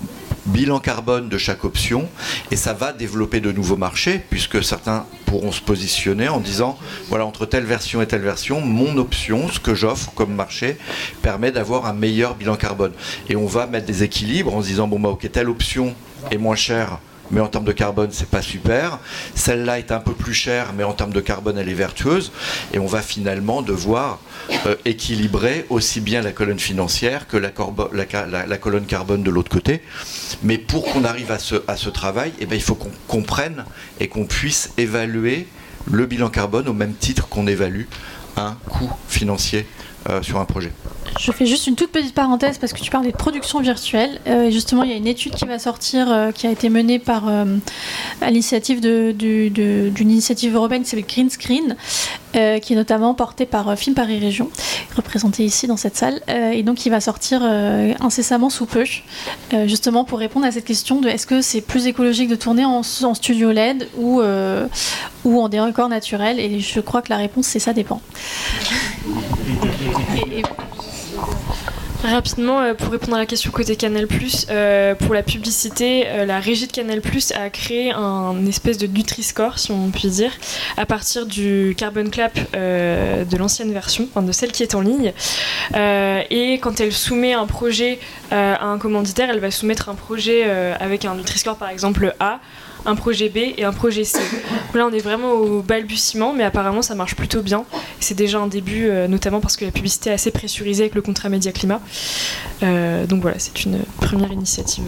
bilan carbone de chaque option, et ça va développer de nouveaux marchés, puisque certains pourront se positionner en disant, voilà, entre telle version et telle version, mon option, ce que j'offre comme marché, permet d'avoir un meilleur bilan carbone. Et on va mettre des équilibres en se disant, bon bah ok, telle option est moins chère, mais en termes de carbone, c'est pas super. Celle-là est un peu plus chère, mais en termes de carbone, elle est vertueuse. Et on va finalement devoir équilibrer aussi bien la colonne financière que la colonne carbone de l'autre côté. Mais pour qu'on arrive à ce travail, eh ben, il faut qu'on comprenne et qu'on puisse évaluer le bilan carbone au même titre qu'on évalue un coût financier sur un projet. Je fais juste une toute petite parenthèse parce que tu parlais de production virtuelle. Justement, il y a une étude qui va sortir, qui a été menée par, à l'initiative d'une initiative européenne qui s'appelle Green Screen, qui est notamment portée par Film Paris Région, représentée ici dans cette salle, et donc qui va sortir incessamment sous peu, justement pour répondre à cette question de est-ce que c'est plus écologique de tourner en studio LED ou en décor naturel, et je crois que la réponse c'est ça dépend. Rapidement, pour répondre à la question côté Canal+, pour la publicité, la régie de Canal+ a créé un espèce de Nutri-Score, si on peut dire, à partir du Carbon Clap de l'ancienne version, enfin de celle qui est en ligne. Et quand elle soumet un projet à un commanditaire, elle va soumettre un projet avec un Nutri-Score par exemple A, un projet B et un projet C. Donc là on est vraiment au balbutiement, mais apparemment ça marche plutôt bien. C'est déjà un début, notamment parce que la publicité est assez pressurisée avec le contrat Média Climat. Donc voilà, c'est une première initiative.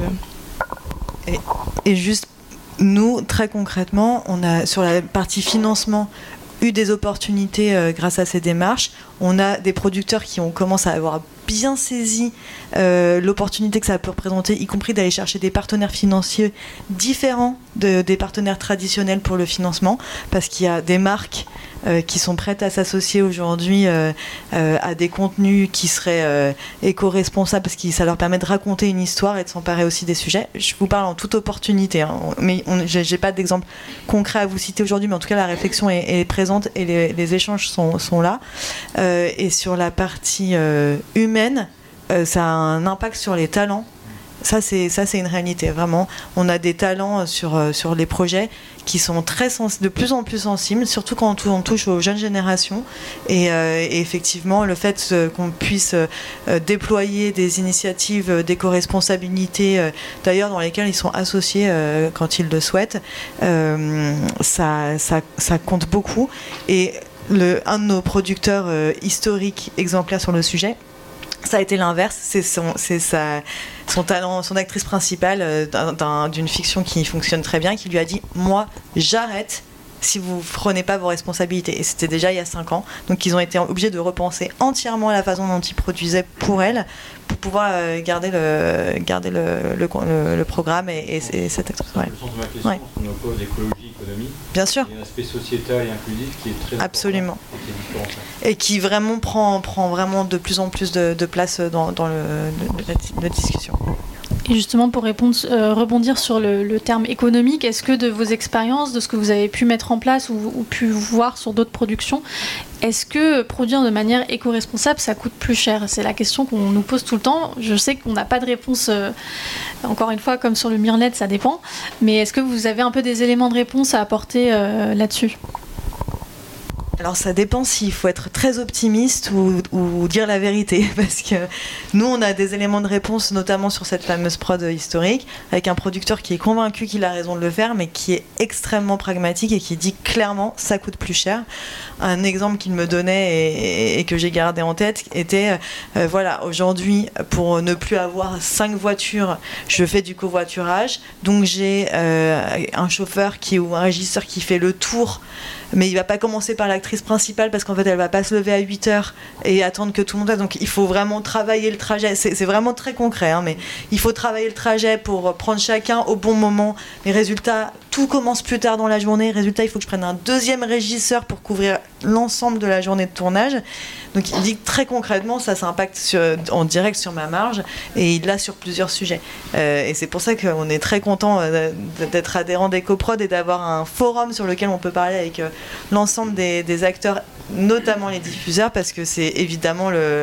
Et juste, nous, très concrètement, on a sur la partie financement eu des opportunités grâce à ces démarches. On a des producteurs qui ont commencé à avoir bien saisi l'opportunité que ça peut représenter, y compris d'aller chercher des partenaires financiers différents des partenaires traditionnels pour le financement, parce qu'il y a des marques qui sont prêtes à s'associer aujourd'hui à des contenus qui seraient éco-responsables, parce que ça leur permet de raconter une histoire et de s'emparer aussi des sujets. Je vous parle en toute opportunité, hein, mais j'ai pas d'exemple concret à vous citer aujourd'hui, mais en tout cas la réflexion est présente et les échanges sont là. Et sur la partie humaine, ça a un impact sur les talents. Ça c'est une réalité, vraiment. On a des talents sur les projets qui sont de plus en plus sensibles, surtout quand on touche aux jeunes générations. Et effectivement, le fait qu'on puisse déployer des initiatives d'éco-responsabilité, d'ailleurs dans lesquelles ils sont associés quand ils le souhaitent, ça compte beaucoup. Et un de nos producteurs historiques exemplaires sur le sujet, ça a été l'inverse, c'est son talent, son actrice principale d'une fiction qui fonctionne très bien, qui lui a dit « Moi, j'arrête si vous ne prenez pas vos responsabilités ». Et c'était déjà il y a 5 ans. Donc ils ont été obligés de repenser entièrement la façon dont ils produisaient pour elle, pour pouvoir garder le programme et cette actrice. Ouais. Le sens de ma question, ouais. On oppose l'écologie, l'économie. Bien sûr. Il y a un aspect sociétal et inclusif qui est très absolument important et qui vraiment prend vraiment de plus en plus de place dans la discussion. Et justement, pour rebondir sur le terme économique, est-ce que de vos expériences, de ce que vous avez pu mettre en place ou pu voir sur d'autres productions, est-ce que produire de manière éco-responsable, ça coûte plus cher ? C'est la question qu'on nous pose tout le temps. Je sais qu'on n'a pas de réponse, encore une fois, comme sur le mur LED, ça dépend. Mais est-ce que vous avez un peu des éléments de réponse à apporter là-dessus ? Alors ça dépend s'il faut être très optimiste ou dire la vérité, parce que nous on a des éléments de réponse notamment sur cette fameuse prod historique, avec un producteur qui est convaincu qu'il a raison de le faire, mais qui est extrêmement pragmatique et qui dit clairement ça coûte plus cher. Un exemple qu'il me donnait et que j'ai gardé en tête était voilà, aujourd'hui pour ne plus avoir 5 voitures, je fais du covoiturage, donc j'ai un chauffeur ou un régisseur qui fait le tour, mais il va pas commencer par l'actrice principale parce qu'en fait elle va pas se lever à 8h et attendre que tout le monde fasse. Donc il faut vraiment travailler le trajet, c'est vraiment très concret, hein, mais il faut travailler le trajet pour prendre chacun au bon moment. Les résultats, tout commence plus tard dans la journée, résultat il faut que je prenne un deuxième régisseur pour couvrir l'ensemble de la journée de tournage. Donc il dit que très concrètement ça impacte en direct sur ma marge, et il l'a sur plusieurs sujets, et c'est pour ça qu'on est très content d'être adhérent d'EcoProd et d'avoir un forum sur lequel on peut parler avec l'ensemble des acteurs, notamment les diffuseurs, parce que c'est évidemment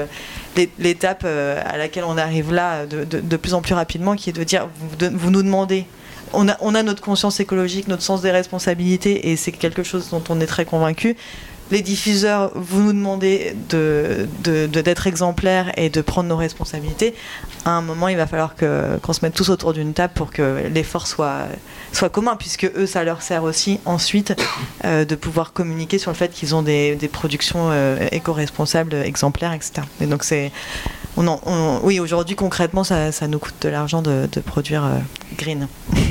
l'étape à laquelle on arrive là de plus en plus rapidement, qui est de dire, vous nous demandez, on a notre conscience écologique, notre sens des responsabilités, et c'est quelque chose dont on est très convaincu. Les diffuseurs, vous nous demandez d'être exemplaires et de prendre nos responsabilités. À un moment, il va falloir qu'on se mette tous autour d'une table pour que l'effort soit commun, puisque eux, ça leur sert aussi ensuite de pouvoir communiquer sur le fait qu'ils ont des productions éco-responsables, exemplaires, etc. Et donc oui, aujourd'hui, concrètement, ça nous coûte de l'argent de produire green.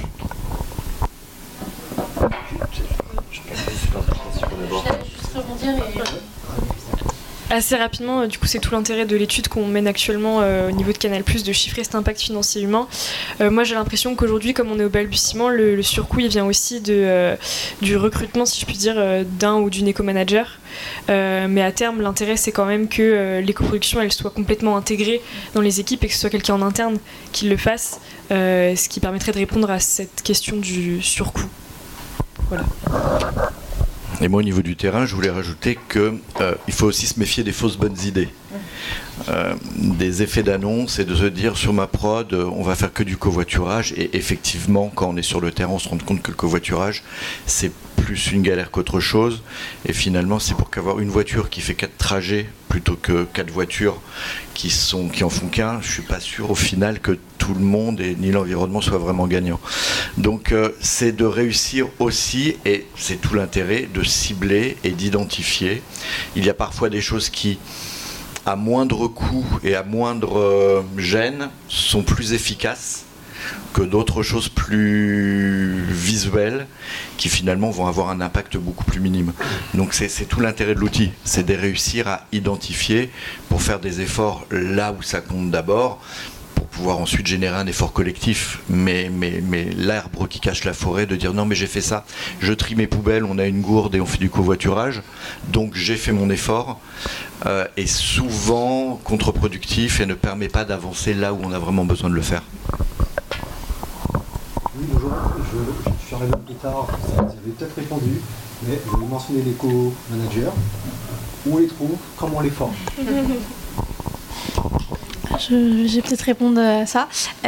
Assez rapidement, du coup, c'est tout l'intérêt de l'étude qu'on mène actuellement au niveau de Canal+, de chiffrer cet impact financier humain. Moi, j'ai l'impression qu'aujourd'hui, comme on est au balbutiement, le surcoût, il vient aussi du recrutement, si je puis dire, d'un ou d'une éco-manager. Mais à terme, l'intérêt, c'est quand même que l'éco-production, elle soit complètement intégrée dans les équipes et que ce soit quelqu'un en interne qui le fasse, ce qui permettrait de répondre à cette question du surcoût. Voilà. Et moi, au niveau du terrain, je voulais rajouter qu'il faut aussi se méfier des fausses bonnes idées. Des effets d'annonce et de se dire sur ma prod, on va faire que du covoiturage. Et effectivement, quand on est sur le terrain, on se rend compte que le covoiturage, c'est plus une galère qu'autre chose. Et finalement, c'est pour qu'avoir une voiture qui fait 4 trajets plutôt que 4 voitures qui en font qu'un, je ne suis pas sûr au final que tout le monde et ni l'environnement soient vraiment gagnants. Donc c'est de réussir aussi, et c'est tout l'intérêt, de cibler et d'identifier. Il y a parfois des choses qui, à moindre coût et à moindre gêne, sont plus efficaces que d'autres choses plus visuelles qui finalement vont avoir un impact beaucoup plus minime. Donc c'est tout l'intérêt de l'outil, c'est de réussir à identifier pour faire des efforts là où ça compte d'abord, pour pouvoir ensuite générer un effort collectif, mais l'arbre qui cache la forêt, de dire non mais j'ai fait ça, je trie mes poubelles, on a une gourde et on fait du covoiturage, donc j'ai fait mon effort, est souvent contre-productif et ne permet pas d'avancer là où on a vraiment besoin de le faire. Oui, bonjour, je suis arrivé plus tard, vous avez peut-être répondu, mais vous mentionnez l'éco-manager. Où on les trouve, comment on les forme? Je vais peut-être répondre à ça.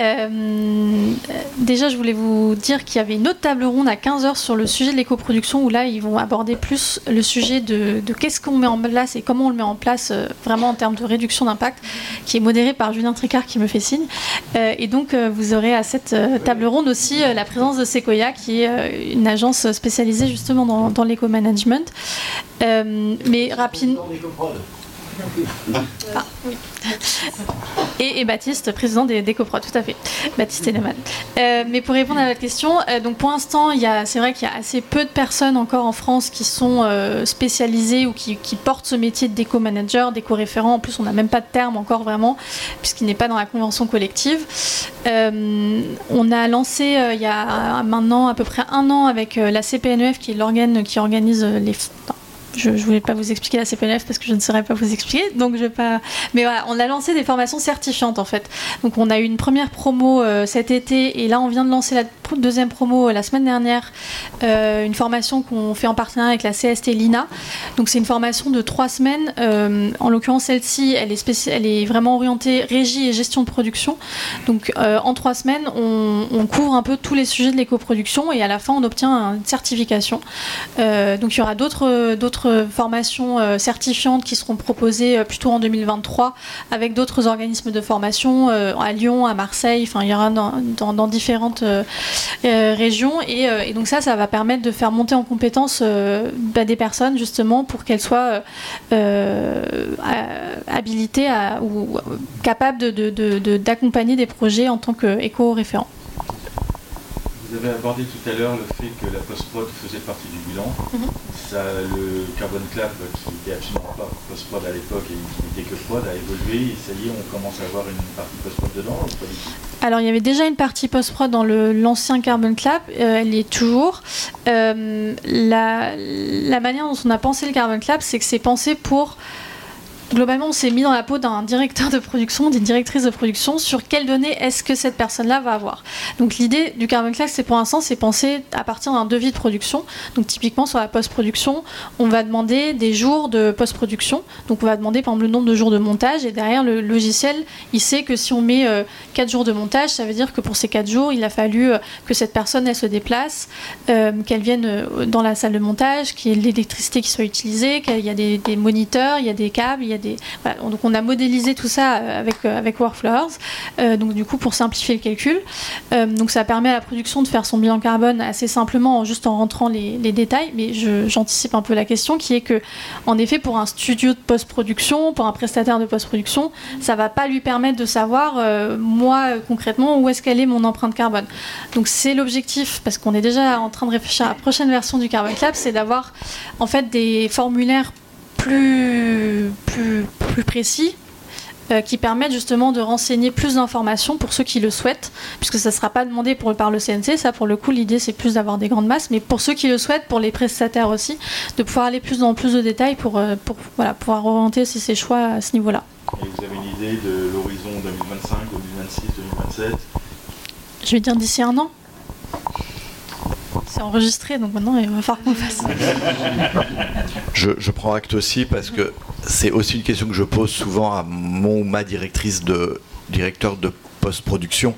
Déjà, je voulais vous dire qu'il y avait une autre table ronde à 15h sur le sujet de l'éco-production, où là, ils vont aborder plus le sujet de qu'est-ce qu'on met en place et comment on le met en place vraiment en termes de réduction d'impact, qui est modéré par Julien Tricard qui me fait signe. Et donc, vous aurez à cette table ronde aussi la présence de Sequoia, qui est une agence spécialisée justement dans l'éco-management. Mais rapidement... Ah, oui. Et Baptiste, président d'EcoProd, tout à fait. Baptiste Eleman. Mais pour répondre à votre question, donc pour l'instant, c'est vrai qu'il y a assez peu de personnes encore en France qui sont spécialisées ou qui portent ce métier d'éco-manager, d'éco-référent. En plus, on n'a même pas de terme encore vraiment, puisqu'il n'est pas dans la convention collective. On a lancé il y a maintenant à peu près 1 an avec la CPNEF, qui est l'organe qui organise les... Je ne voulais pas vous expliquer la CPNF parce que je ne saurais pas vous expliquer, donc je vais pas. Mais voilà, on a lancé des formations certifiantes en fait. Donc on a eu une première promo cet été, et là on vient de lancer la deuxième promo la semaine dernière, une formation qu'on fait en partenariat avec la CST Lina. Donc c'est une formation de 3 semaines. En l'occurrence celle-ci, elle est vraiment orientée régie et gestion de production. Donc en 3 semaines, on couvre un peu tous les sujets de l'éco-production, et à la fin on obtient une certification. Donc il y aura d'autres formations certifiantes qui seront proposées plutôt en 2023 avec d'autres organismes de formation à Lyon, à Marseille, enfin il y aura dans différentes régions, et donc ça va permettre de faire monter en compétence des personnes justement pour qu'elles soient habilitées ou capables d'accompagner des projets en tant qu'éco-référents. Vous avez abordé tout à l'heure le fait que la post-prod faisait partie du bilan. Ça, le Carbon Clap, qui n'était absolument pas post-prod à l'époque et qui n'était que prod, a évolué, et ça y est, on commence à avoir une partie post-prod dedans, ou pas du tout? Alors il y avait déjà une partie post-prod dans l'ancien Carbon Clap, elle y est toujours. La manière dont on a pensé le Carbon Clap, c'est que c'est pensé pour globalement, on s'est mis dans la peau d'un directeur de production, d'une directrice de production, sur quelles données est-ce que cette personne-là va avoir. Donc l'idée du Carbon Class, c'est pour l'instant, c'est pensé à partir d'un devis de production. Donc typiquement, sur la post-production, on va demander des jours de post-production. Donc on va demander par exemple le nombre de jours de montage, et derrière le logiciel, il sait que si on met 4 jours de montage, ça veut dire que pour ces 4 jours, il a fallu que cette personne, elle se déplace, qu'elle vienne dans la salle de montage, qu'il y ait l'électricité qui soit utilisée, qu'il y a des moniteurs, il y a des câbles, il y a des... Voilà. Donc on a modélisé tout ça avec Workflowers, donc du coup pour simplifier le calcul. Donc ça permet à la production de faire son bilan carbone assez simplement, juste en rentrant les détails, mais j'anticipe un peu la question, qui est que, en effet, pour un studio de post-production, pour un prestataire de post-production, ça va pas lui permettre de savoir, moi, concrètement, où est-ce qu'elle est mon empreinte carbone. Donc c'est l'objectif, parce qu'on est déjà en train de réfléchir à la prochaine version du Carbon Clap, c'est d'avoir en fait des formulaires plus précis, qui permettent justement de renseigner plus d'informations pour ceux qui le souhaitent, puisque ça ne sera pas demandé par le CNC. Ça, pour le coup, l'idée, c'est plus d'avoir des grandes masses, mais pour ceux qui le souhaitent, pour les prestataires aussi, de pouvoir aller dans plus de détails pour pouvoir orienter aussi ses choix à ce niveau-là. Et vous avez une idée de l'horizon 2025, 2026, 2027 ? Je vais dire d'ici 1 an. C'est enregistré, donc maintenant il va falloir qu'on le fasse. Je prends acte aussi, parce que c'est aussi une question que je pose souvent à mon ou ma directeur de post-production,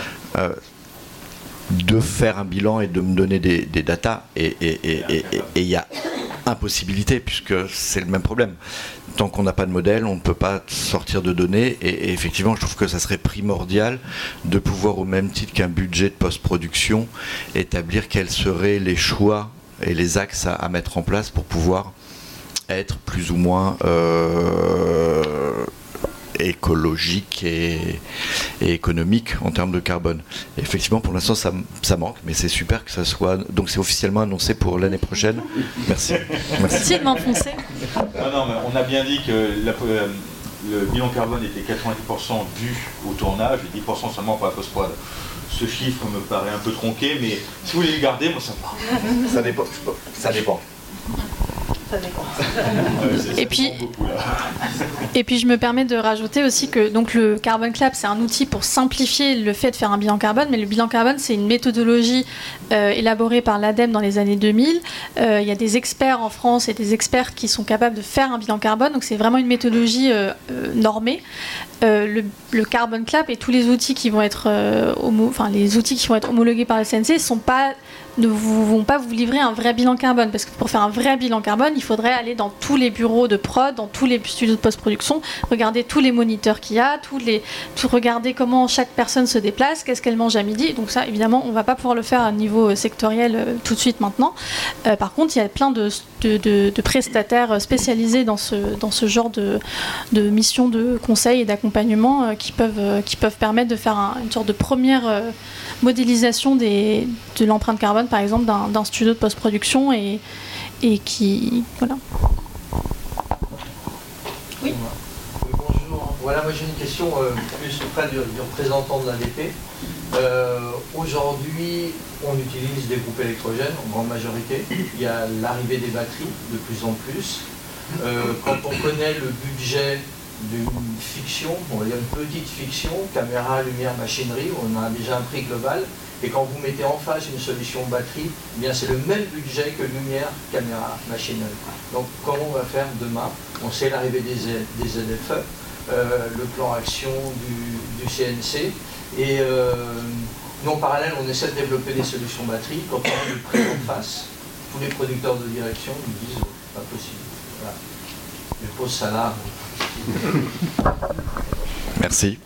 de faire un bilan et de me donner des datas, et il y a impossibilité, puisque c'est le même problème. Tant qu'on n'a pas de modèle, on ne peut pas sortir de données, et effectivement, je trouve que ça serait primordial de pouvoir, au même titre qu'un budget de post-production, établir quels seraient les choix et les axes à mettre en place pour pouvoir être plus ou moins écologique et économique en termes de carbone. Et effectivement, pour l'instant, ça manque, mais c'est super que ça soit... Donc c'est officiellement annoncé pour l'année prochaine. Merci. Merci de m'enfoncer. Non, mais on a bien dit que le bilan carbone était 90% dû au tournage et 10% seulement pour la post-prod. Ce chiffre me paraît un peu tronqué, mais si vous voulez le garder, moi ça me va. Ça dépend. Ça dépend. Et puis je me permets de rajouter aussi que donc le Carbon Clap, c'est un outil pour simplifier le fait de faire un bilan carbone, mais le bilan carbone, c'est une méthodologie élaborée par l'ADEME dans les années 2000. Il y a des experts en France et des experts qui sont capables de faire un bilan carbone, donc c'est vraiment une méthodologie normée. Le Carbon Clap et tous les outils qui vont être homologués par le CNC ne vont pas vous livrer un vrai bilan carbone, parce que pour faire un vrai bilan carbone, il faudrait aller dans tous les bureaux de prod, dans tous les studios de post-production, regarder tous les moniteurs qu'il y a, regarder comment chaque personne se déplace, qu'est-ce qu'elle mange à midi. Donc ça, évidemment, on ne va pas pouvoir le faire à un niveau sectoriel tout de suite maintenant. Par contre, il y a plein de prestataires spécialisés dans ce genre de missions de conseil et d'accompagnement qui peuvent permettre de faire une sorte de première modélisation de l'empreinte carbone, par exemple, d'un studio de post-production et qui... Voilà. Oui. Bonjour. Voilà, moi j'ai une question plus auprès du représentant de l'ADP. Aujourd'hui, on utilise des groupes électrogènes en grande majorité. Il y a l'arrivée des batteries de plus en plus. Quand on connaît le budget d'une fiction, on va dire une petite fiction, caméra, lumière, machinerie, on a déjà un prix global. Et quand vous mettez en face une solution batterie, eh bien c'est le même budget que lumière, caméra, machinerie. Donc comment on va faire demain? On sait l'arrivée des ZFE, le plan action du CNC, et nous en parallèle on essaie de développer des solutions batterie. Quand on a le prix en face, tous les producteurs de direction nous disent pas possible. Voilà. Je pose ça là. Merci.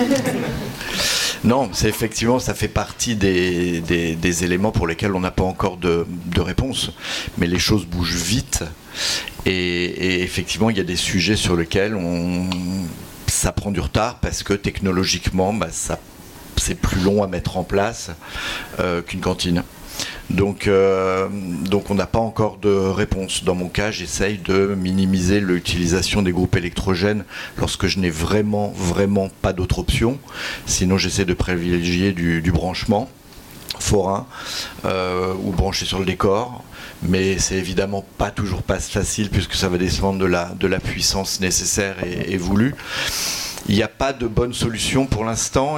Non, c'est effectivement, ça fait partie des éléments pour lesquels on n'a pas encore de réponse. Mais les choses bougent vite. Et effectivement, il y a des sujets sur lesquels ça prend du retard parce que technologiquement, c'est plus long à mettre en place qu'une cantine. Donc on n'a pas encore de réponse. Dans mon cas, j'essaye de minimiser l'utilisation des groupes électrogènes lorsque je n'ai vraiment pas d'autre option. Sinon, j'essaie de privilégier du branchement forain ou branchés sur le décor. Mais c'est évidemment pas toujours pas facile puisque ça va dépendre de la puissance nécessaire et voulue. Il n'y a pas de bonne solution pour l'instant.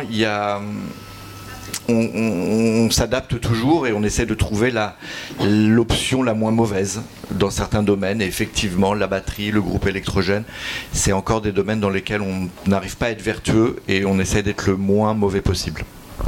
On s'adapte toujours et on essaie de trouver l'option la moins mauvaise dans certains domaines. Et effectivement, la batterie, le groupe électrogène, c'est encore des domaines dans lesquels on n'arrive pas à être vertueux et on essaie d'être le moins mauvais possible.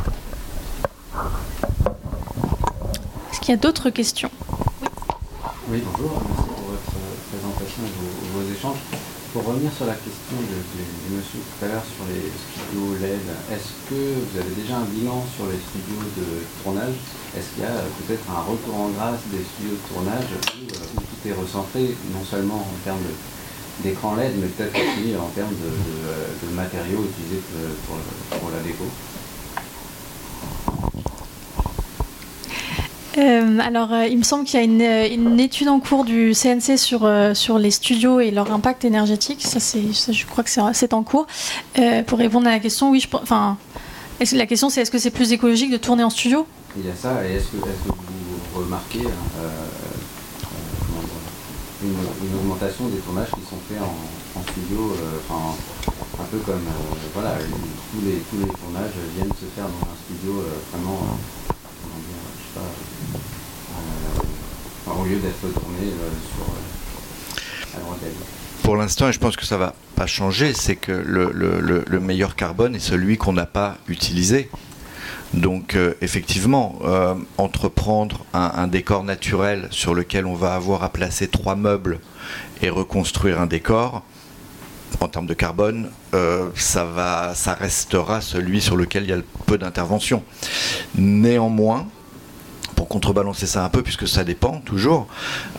Est-ce qu'il y a d'autres questions ? Oui, bonjour, merci pour votre présentation et vos échanges. Pour revenir sur la question du monsieur tout à l'heure sur les studios LED, est-ce que vous avez déjà un bilan sur les studios de tournage ? Est-ce qu'il y a peut-être un retour en grâce des studios de tournage où tout est recentré, non seulement en termes d'écran LED, mais peut-être aussi en termes de matériaux utilisés pour la déco ? Alors, il me semble qu'il y a une étude en cours du CNC sur les studios et leur impact énergétique. Ça, je crois que c'est en cours. Pour répondre à la question, oui, la question c'est est-ce que c'est plus écologique de tourner en studio ? Il y a ça, et est-ce que vous remarquez une augmentation des tournages qui sont faits en studio, un peu comme tous les tournages viennent se faire dans un studio vraiment, au lieu d'être tourné à droite à gauche. Pour l'instant, et je pense que ça ne va pas changer, c'est que le meilleur carbone est celui qu'on n'a pas utilisé. Donc effectivement, entreprendre un décor naturel sur lequel on va avoir à placer 3 meubles et reconstruire un décor, en termes de carbone, ça restera celui sur lequel il y a peu d'intervention. Néanmoins, pour contrebalancer ça un peu, puisque ça dépend toujours,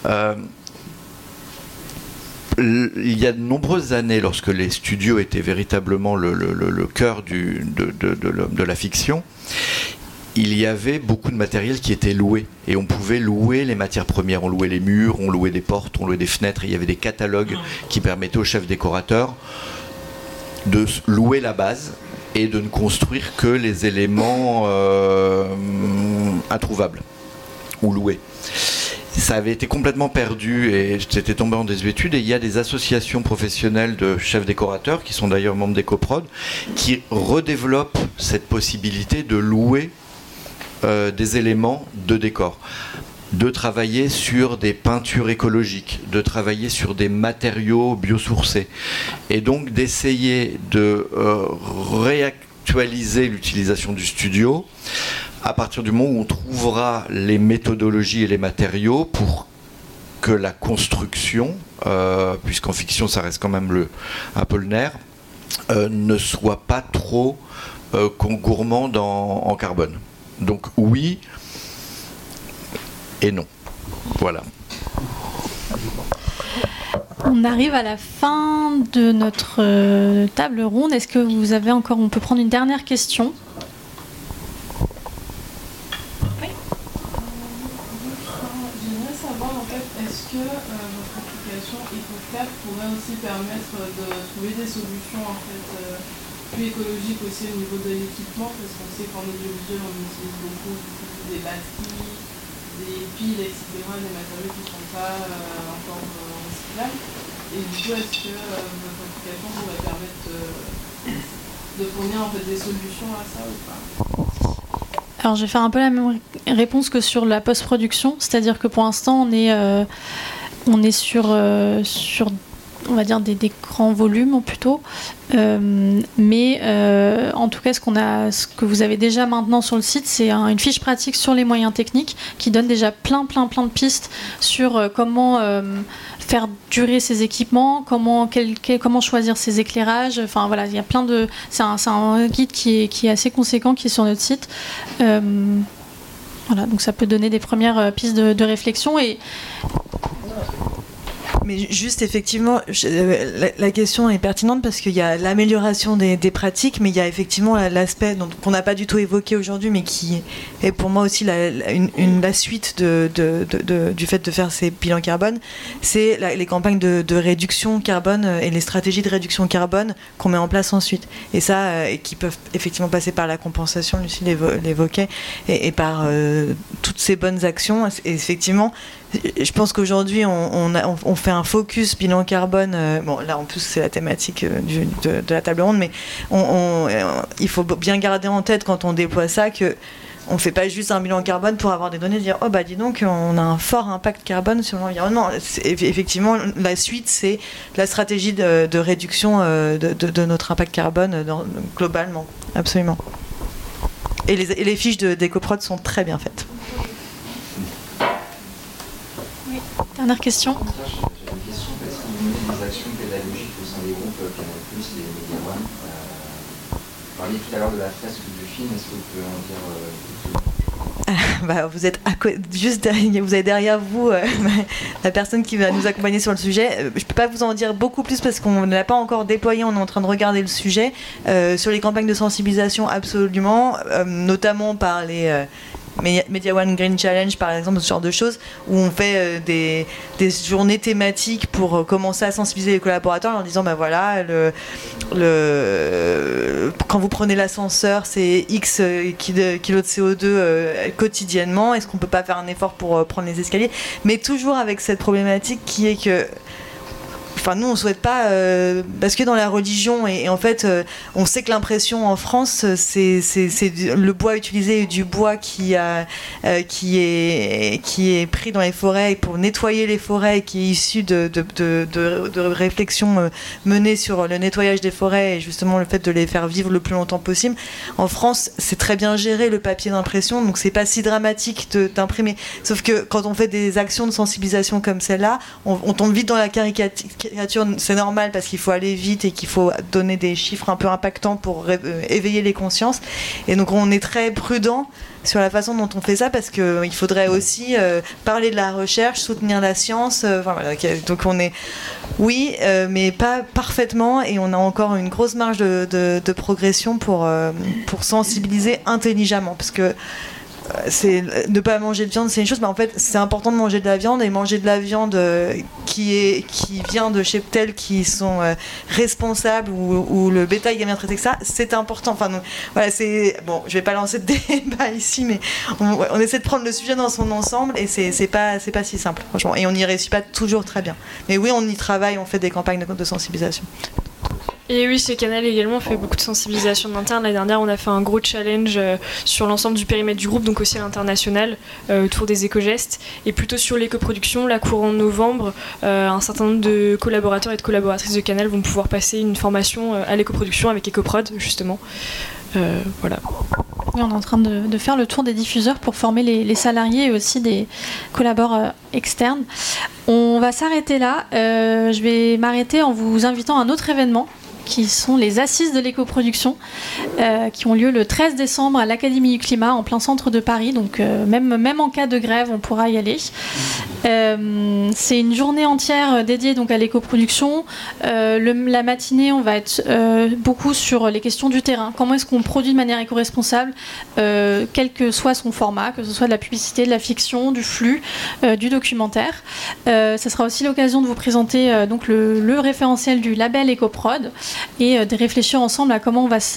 il y a de nombreuses années, lorsque les studios étaient véritablement le cœur de la fiction, il y avait beaucoup de matériel qui était loué. Et on pouvait louer les matières premières. On louait les murs, on louait des portes, on louait des fenêtres. Et il y avait des catalogues qui permettaient aux chefs décorateurs de louer la base et de ne construire que les éléments introuvables ou loués. Ça avait été complètement perdu et c'était tombé en désuétude. Et il y a des associations professionnelles de chefs décorateurs, qui sont d'ailleurs membres d'EcoProd, qui redéveloppent cette possibilité de louer des éléments de décor, de travailler sur des peintures écologiques, de travailler sur des matériaux biosourcés, et donc d'essayer de réactualiser l'utilisation du studio à partir du moment où on trouvera les méthodologies et les matériaux pour que la construction, puisqu'en fiction ça reste quand même un peu le nerf, ne soit pas trop gourmande en carbone. Donc oui et non. Voilà. On arrive à la fin de notre table ronde. Est-ce que vous avez encore... On peut prendre une dernière question. Oui. J'aimerais savoir en fait, est-ce que votre application EcoClap pourrait aussi permettre de trouver des solutions en fait plus écologiques aussi au niveau de l'équipement, parce qu'on sait qu'en audiovisuel on utilise beaucoup des batteries, des piles, etc., des matériaux qui ne sont pas encore recyclables. Et du coup, est-ce que votre application pourrait permettre de fournir en fait des solutions à ça ou pas ? Alors, je vais faire un peu la même réponse que sur la post-production, c'est-à-dire que pour l'instant, on est sur on va dire des grands volumes plutôt, mais en tout cas ce que vous avez déjà maintenant sur le site, c'est une fiche pratique sur les moyens techniques qui donne déjà plein de pistes sur comment faire durer ces équipements, comment choisir ses éclairages. Enfin voilà, il y a plein de... C'est un guide qui est assez conséquent, qui est sur notre site. Voilà, donc ça peut donner des premières pistes de réflexion. Et mais juste effectivement, la question est pertinente parce qu'il y a l'amélioration des pratiques, mais il y a effectivement l'aspect qu'on n'a pas du tout évoqué aujourd'hui, mais qui est pour moi aussi la suite du fait de faire ces bilans carbone, c'est les campagnes de réduction carbone et les stratégies de réduction carbone qu'on met en place ensuite. Et ça, qui peuvent effectivement passer par la compensation, Lucie l'évoquait, et par toutes ces bonnes actions. Et effectivement, je pense qu'aujourd'hui, on fait un focus bilan carbone. Bon, là, en plus, c'est la thématique de la table ronde, mais il faut bien garder en tête quand on déploie ça que on ne fait pas juste un bilan carbone pour avoir des données et dire « Oh, bah dis donc, on a un fort impact carbone sur l'environnement ». Effectivement, la suite, c'est la stratégie de réduction de notre impact carbone globalement. Absolument. Et les fiches d'EcoProd sont très bien faites. Oui. Dernière question. J'ai une question parce que vous menez des actions pédagogiques au sein des groupes Canal+, les Media One. Vous parliez tout à l'heure de la fresque du film, est-ce que vous pouvez en dire vous êtes juste derrière, vous avez derrière vous la personne qui va nous accompagner sur le sujet. Je ne peux pas vous en dire beaucoup plus parce qu'on ne l'a pas encore déployé, on est en train de regarder le sujet. Sur les campagnes de sensibilisation, absolument, notamment par les Media One Green Challenge, par exemple, ce genre de choses, où on fait des journées thématiques pour commencer à sensibiliser les collaborateurs en disant, voilà, quand vous prenez l'ascenseur, c'est X kilos de CO2 quotidiennement, est-ce qu'on peut pas faire un effort pour prendre les escaliers? Mais toujours avec cette problématique qui est que nous, on ne souhaite pas basculer dans la religion et en fait, on sait que l'impression en France, c'est le bois utilisé, du bois qui est pris dans les forêts pour nettoyer les forêts et qui est issu de réflexions menées sur le nettoyage des forêts et justement le fait de les faire vivre le plus longtemps possible. En France, c'est très bien géré le papier d'impression, donc c'est pas si dramatique d'imprimer. Sauf que quand on fait des actions de sensibilisation comme celle-là, on tombe vite dans la caricature. C'est normal parce qu'il faut aller vite et qu'il faut donner des chiffres un peu impactants pour éveiller les consciences. Et donc on est très prudent sur la façon dont on fait ça parce qu'il faudrait aussi parler de la recherche, soutenir la science. Donc on est, mais pas parfaitement et on a encore une grosse marge de progression pour sensibiliser intelligemment parce que ne pas manger de viande, c'est une chose, mais en fait, c'est important de manger de la viande et manger de la viande qui vient de cheptels qui sont responsables où le bétail est bien traité que ça, c'est important. Enfin, donc, voilà, je vais pas lancer de débat ici, mais on essaie de prendre le sujet dans son ensemble et c'est pas si simple, franchement. Et on n'y réussit pas toujours très bien. Mais oui, on y travaille, on fait des campagnes de sensibilisation. Et oui, chez Canal également, on fait beaucoup de sensibilisation interne. L'année dernière, on a fait un gros challenge sur l'ensemble du périmètre du groupe, donc aussi à l'international, autour des éco-gestes. Et plutôt sur l'éco-production, là, courant novembre, un certain nombre de collaborateurs et de collaboratrices de Canal vont pouvoir passer une formation à l'éco-production avec EcoProd, justement. Voilà. Oui, on est en train de faire le tour des diffuseurs pour former les salariés et aussi des collaborateurs externes. On va s'arrêter là. Je vais m'arrêter en vous invitant à un autre événement qui sont les Assises de l'éco-production qui ont lieu le 13 décembre à l'Académie du Climat en plein centre de Paris. Donc même en cas de grève, on pourra y aller. C'est une journée entière dédiée donc à l'éco-production. La matinée, on va être beaucoup sur les questions du terrain. Comment est-ce qu'on produit de manière éco-responsable, quel que soit son format, que ce soit de la publicité, de la fiction, du flux, du documentaire. Ce sera aussi l'occasion de vous présenter donc le référentiel du label EcoProd et de réfléchir ensemble à comment on va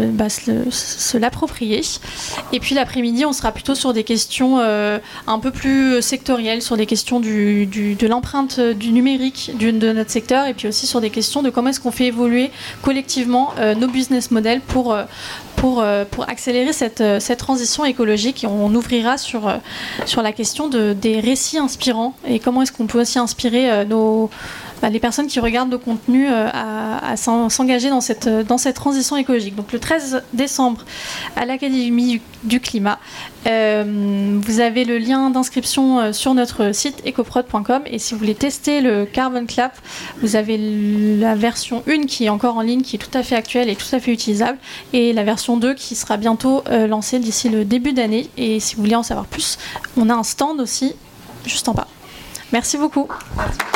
se l'approprier. Et puis l'après-midi, on sera plutôt sur des questions un peu plus sectorielles, sur des questions de l'empreinte du numérique de notre secteur, et puis aussi sur des questions de comment est-ce qu'on fait évoluer collectivement nos business models pour accélérer cette transition écologique. Et on ouvrira sur la question des récits inspirants et comment est-ce qu'on peut aussi inspirer les personnes qui regardent nos contenus à s'engager dans cette transition écologique. Donc le 13 décembre à l'Académie du Climat. Vous avez le lien d'inscription sur notre site ecoprod.com et si vous voulez tester le Carbon Clap, vous avez la version 1 qui est encore en ligne, qui est tout à fait actuelle et tout à fait utilisable, et la version 2 qui sera bientôt lancée d'ici le début d'année. Et si vous voulez en savoir plus, on a un stand aussi juste en bas. Merci beaucoup. Merci.